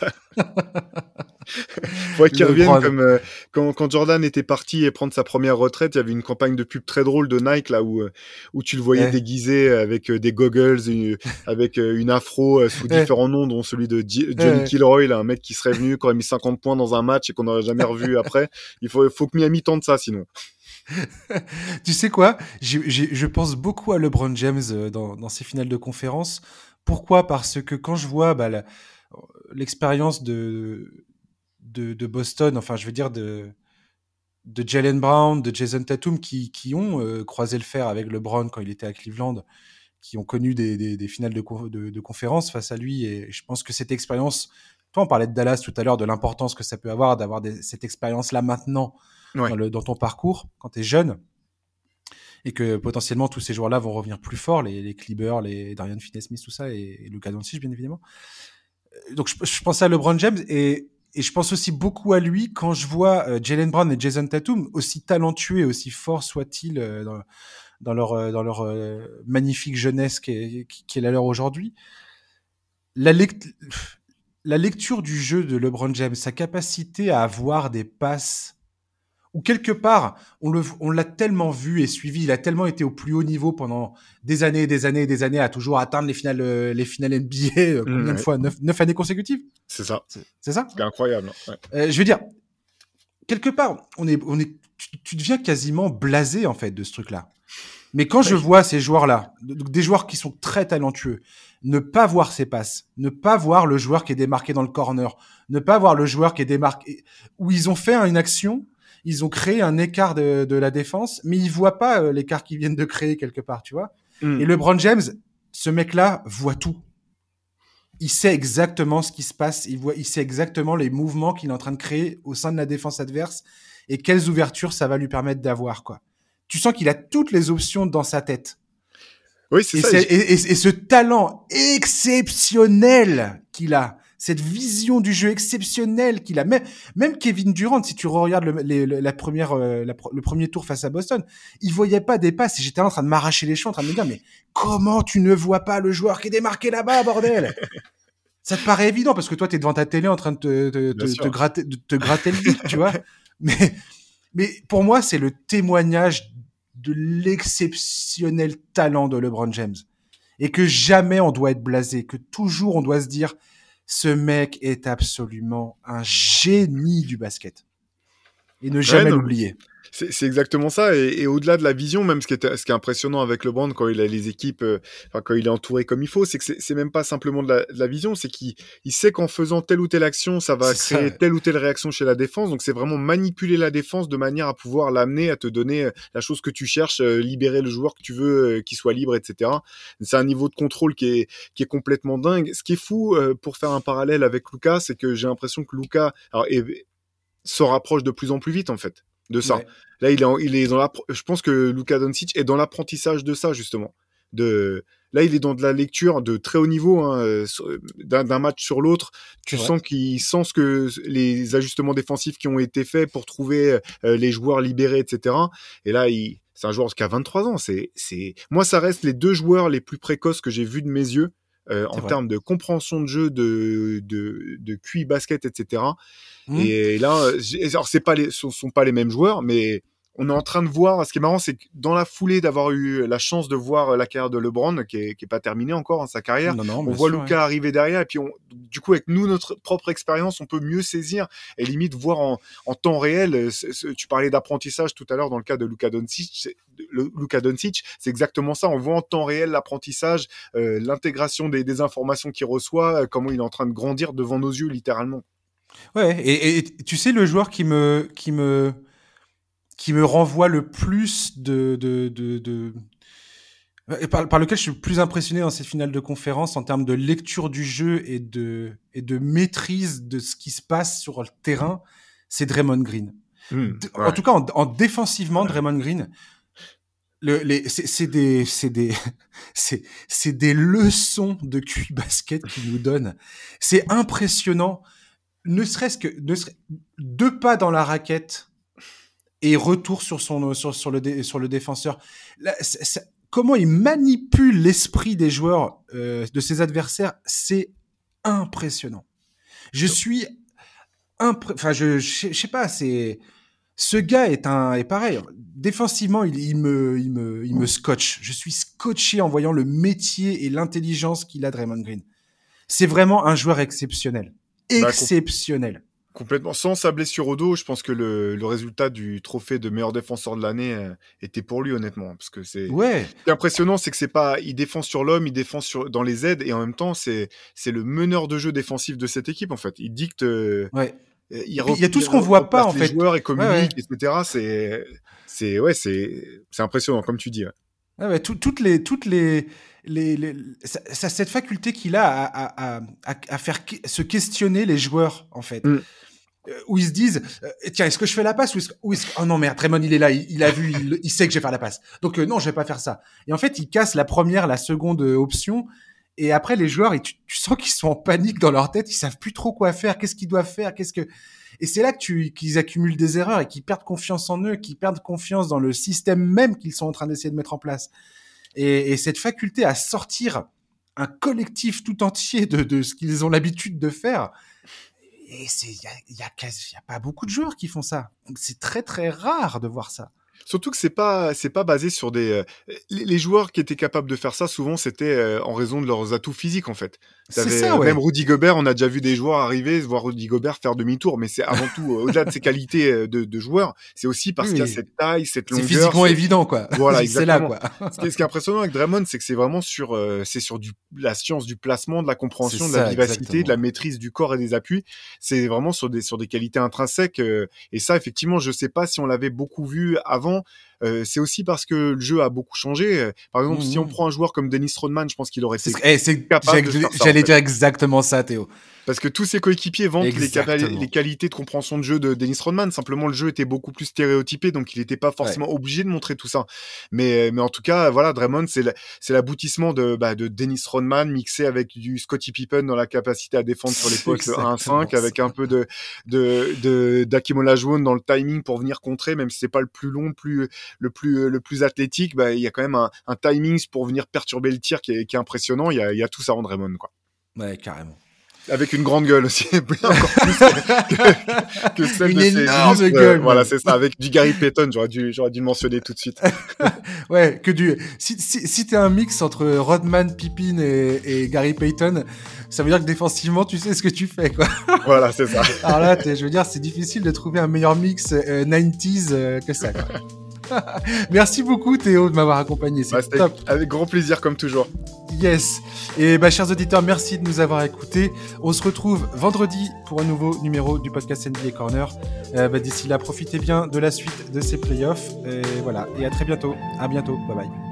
Faudrait qu'il revienne LeBron. comme euh, quand, quand Jordan était parti et prendre sa première retraite, il y avait une campagne de pub très drôle de Nike là où, euh, où tu le voyais Eh, déguisé avec euh, des goggles, une- avec euh, une afro euh, sous eh, différents noms, dont celui de J- Johnny eh. Kilroy, là, un mec qui serait venu, qui aurait mis cinquante points dans un match et qu'on n'aurait jamais revu après. Il faut, faut que Miami tente ça sinon. Tu sais quoi? J'ai- j'ai- je pense beaucoup à LeBron James euh, dans, dans ses finales de conférence. Pourquoi? Parce que quand je vois bah, la- l'expérience de, de, de Boston, enfin, je veux dire de, de Jalen Brown, de Jason Tatum, qui, qui ont euh, croisé le fer avec LeBron quand il était à Cleveland, qui ont connu des, des, des finales de, co- de, de conférence face à lui. Et je pense que cette expérience, toi, on parlait de Dallas tout à l'heure, de l'importance que ça peut avoir d'avoir des- cette expérience-là maintenant dans, Ouais. le, dans ton parcours, quand tu es jeune, et que potentiellement tous ces joueurs-là vont revenir plus forts, les, les Clippers, les Darian Finney-Smith, tout ça, et, et Luka Doncic, bien évidemment. Donc je, je pensais à LeBron James, et, et je pense aussi beaucoup à lui quand je vois euh, Jalen Brown et Jason Tatum, aussi talentueux et aussi forts soient-ils euh, dans, dans leur, euh, dans leur euh, magnifique jeunesse qui est, qui est la leur aujourd'hui. La, lect- la lecture du jeu de LeBron James, sa capacité à avoir des passes ou quelque part, on, le, on l'a tellement vu et suivi, il a tellement été au plus haut niveau pendant des années et des années et des années, à toujours atteindre les finales, euh, les finales N B A, euh, Mm, combien de ouais. fois? Neuf, neuf années consécutives? C'est ça. C'est, c'est ça? C'est incroyable. Hein. Ouais. Euh, je veux dire, quelque part, on est, on est, tu, tu deviens quasiment blasé en fait de ce truc-là. Mais quand je Ouais. vois ces joueurs-là, des joueurs qui sont très talentueux, ne pas voir ses passes, ne pas voir le joueur qui est démarqué dans le corner, ne pas voir le joueur qui est démarqué, où ils ont fait une action, ils ont créé un écart de, de la défense, mais ils voient pas euh, l'écart qu'ils viennent de créer quelque part, tu vois. Mm. Et LeBron James, ce mec-là voit tout. Il sait exactement ce qui se passe, il, voit, il sait exactement les mouvements qu'il est en train de créer au sein de la défense adverse et quelles ouvertures ça va lui permettre d'avoir, quoi. Tu sens qu'il a toutes les options dans sa tête. Oui, c'est Et, ça. c'est, et, et, et ce talent exceptionnel qu'il a, cette vision du jeu exceptionnelle qu'il a, même, même Kevin Durant, si tu regardes le, les, la première, euh, la, le premier tour face à Boston, il voyait pas des passes et j'étais en train de m'arracher les cheveux, en train de me dire, mais comment tu ne vois pas le joueur qui est démarqué là-bas, bordel? Ça te paraît évident parce que toi, t'es devant ta télé en train de te, te, Bien te, te, sûr. gratter, de te gratter le bide, tu vois. Mais, mais pour moi, c'est le témoignage de l'exceptionnel talent de LeBron James. Et que jamais on doit être blasé, que toujours on doit se dire, ce mec est absolument un génie du basket. Et ne Ouais, jamais non, l'oublier. C'est, c'est exactement ça. Et, et au-delà de la vision, même ce qui est, ce qui est impressionnant avec LeBron quand il a les équipes, euh, enfin, quand il est entouré comme il faut, c'est que c'est, c'est même pas simplement de la, de la vision, c'est qu'il il sait qu'en faisant telle ou telle action, ça va C'est créer ça. telle ou telle réaction chez la défense. Donc c'est vraiment manipuler la défense de manière à pouvoir l'amener à te donner euh, la chose que tu cherches, euh, libérer le joueur que tu veux, euh, qu'il soit libre, et cetera. C'est un niveau de contrôle qui est, qui est complètement dingue. Ce qui est fou, euh, pour faire un parallèle avec Luka, c'est que j'ai l'impression que Luka, alors, est, se rapproche de plus en plus vite en fait de ça. Ouais. Là, il est, en, il est dans la. Je pense que Luka Doncic est dans l'apprentissage de ça justement. de là, il est dans de la lecture de très haut niveau, hein, d'un, d'un match sur l'autre. Tu sens qu'il sent ce que les ajustements défensifs qui ont été faits pour trouver euh, les joueurs libérés, et cetera. Et là, il, c'est un joueur qui a vingt-trois ans. C'est, c'est, moi, ça reste les deux joueurs les plus précoces que j'ai vus de mes yeux euh, en vrai. Termes de compréhension de jeu, de de, de Q I basket, et cetera. Mmh. Et là, alors c'est pas les, ce sont pas les mêmes joueurs, mais on est en train de voir, ce qui est marrant, c'est que dans la foulée d'avoir eu la chance de voir la carrière de LeBron, qui est, qui est pas terminée encore, hein, sa carrière, non, non, on voit sûr, Luka ouais. arriver derrière, et puis on, du coup, avec nous, notre propre expérience, on peut mieux saisir et limite voir en, en temps réel. C'est, c'est, tu parlais d'apprentissage tout à l'heure dans le cas de Luka Doncic. C'est, le, Luka Doncic, c'est exactement ça. On voit en temps réel l'apprentissage, euh, l'intégration des, des informations qu'il reçoit, euh, comment il est en train de grandir devant nos yeux, littéralement. Ouais, et, et tu sais, le joueur qui me, qui me, qui me renvoie le plus de, de, de, de... Par, par lequel je suis le plus impressionné dans cette finale de conférence en termes de lecture du jeu et de, et de maîtrise de ce qui se passe sur le terrain, c'est Draymond Green. Mmh, ouais. En tout cas, en, en défensivement, ouais. Draymond Green, le, les, c'est, c'est des, c'est des, c'est, c'est des leçons de Q I basket qu'il nous donne. C'est impressionnant. Ne serait-ce que, ne serait, deux pas dans la raquette, et retour sur son sur sur le dé, sur le défenseur. Là, c'est, c'est, comment il manipule l'esprit des joueurs euh, de ses adversaires, c'est impressionnant. Je suis impré- enfin je, je je sais pas, c'est ce gars est un est pareil. Défensivement, il, il me il me il me scotche. Je suis scotché en voyant le métier et l'intelligence qu'il a, Draymond Green. C'est vraiment un joueur exceptionnel. Exceptionnel. Bah, complètement. Sans sa blessure au dos, je pense que le, le résultat du trophée de meilleur défenseur de l'année euh, était pour lui, honnêtement. Parce que c'est, ouais. Ce qui est impressionnant, c'est que c'est pas, il défend sur l'homme, il défend sur, dans les aides, et en même temps, c'est, c'est le meneur de jeu défensif de cette équipe, en fait. Il dicte. Euh, ouais. Il, il y a tout ce qu'on voit pas, en fait. Les joueurs, et communique, ouais, ouais. et cetera. C'est, c'est, ouais, c'est, c'est impressionnant, comme tu dis. Ouais. Ouais, ouais, tout, toutes les, toutes les, les, les ça, ça, cette faculté qu'il a à, à, à, à faire se questionner les joueurs, en fait. Mm. Où ils se disent euh, tiens, est-ce que je fais la passe ou est-ce que, ou est-ce que... oh non merde, Draymond il est là, il, il a vu, il, il sait que je vais faire la passe, donc euh, non, je vais pas faire ça. Et en fait il casse la première, la seconde euh, option, et après les joueurs, et tu, tu sens qu'ils sont en panique dans leur tête, ils savent plus trop quoi faire, qu'est-ce qu'ils doivent faire, qu'est-ce que et c'est là que tu qu'ils accumulent des erreurs et qu'ils perdent confiance en eux, qu'ils perdent confiance dans le système même qu'ils sont en train d'essayer de mettre en place. Et, et cette faculté à sortir un collectif tout entier de, de ce qu'ils ont l'habitude de faire. Et c'est, il y a, y a quasi, y a pas beaucoup de joueurs qui font ça. Donc c'est très très rare de voir ça. Surtout que c'est pas, c'est pas basé sur des, euh, les, les joueurs qui étaient capables de faire ça, souvent c'était euh, en raison de leurs atouts physiques en fait. T'avais, c'est ça, ouais. Même Rudy Gobert, on a déjà vu des joueurs arriver, voir Rudy Gobert faire demi-tour, mais c'est avant tout, euh, au-delà de ses qualités de, de joueur, c'est aussi parce oui, qu'il y a cette taille, cette longueur. C'est physiquement c'est... évident, quoi. Voilà, exactement. C'est là, quoi. ce, qui est, ce qui est impressionnant avec Draymond, c'est que c'est vraiment sur, euh, c'est sur du, la science du placement, de la compréhension, c'est de ça, la vivacité, exactement. De la maîtrise du corps et des appuis. C'est vraiment sur des, sur des qualités intrinsèques. Euh, et ça, effectivement, je sais pas si on l'avait beaucoup vu avant. Euh, c'est aussi parce que le jeu a beaucoup changé. Par exemple, mmh. si on prend un joueur comme Dennis Rodman, je pense qu'il aurait été c'est, hey, c'est, capable de faire ça. J'allais en fait. dire exactement ça, Théo. Parce que tous ses coéquipiers vantent les, capa- les qualités de compréhension de jeu de Dennis Rodman. Simplement, le jeu était beaucoup plus stéréotypé, donc il n'était pas forcément ouais. obligé de montrer tout ça. Mais, mais en tout cas, voilà, Draymond, c'est, la, c'est l'aboutissement de, bah, de Dennis Rodman mixé avec du Scottie Pippen dans la capacité à défendre sur les postes un à cinq, avec un peu de, de, de, d'Hakeem Olajuwon dans le timing pour venir contrer, même si c'est pas le plus long, le plus, le plus, le plus athlétique, bah, il y a quand même un, un timing pour venir perturber le tir qui est, qui est impressionnant. Il y a, il y a tout ça en Draymond, quoi. Ouais, carrément. Avec une grande gueule aussi, encore plus que, que, que celle une de énorme ses gueule. Euh, voilà, c'est ça, avec du Gary Payton, j'aurais dû, j'aurais dû le mentionner tout de suite. Ouais, que du, si, si, si t'es un mix entre Rodman, Pippen et, et Gary Payton, ça veut dire que défensivement, tu sais ce que tu fais, quoi. Voilà, c'est ça. Alors là, je veux dire, c'est difficile de trouver un meilleur mix euh, quatre-vingt-dix euh, que ça, quoi. Merci beaucoup Théo de m'avoir accompagné, c'est bah, top. Avec grand plaisir comme toujours. Yes. Et bah chers auditeurs, merci de nous avoir écoutés. On se retrouve vendredi pour un nouveau numéro du podcast N B A Corner. Euh, bah, d'ici là, profitez bien de la suite de ces playoffs. Et voilà. Et à très bientôt. À bientôt. Bye bye.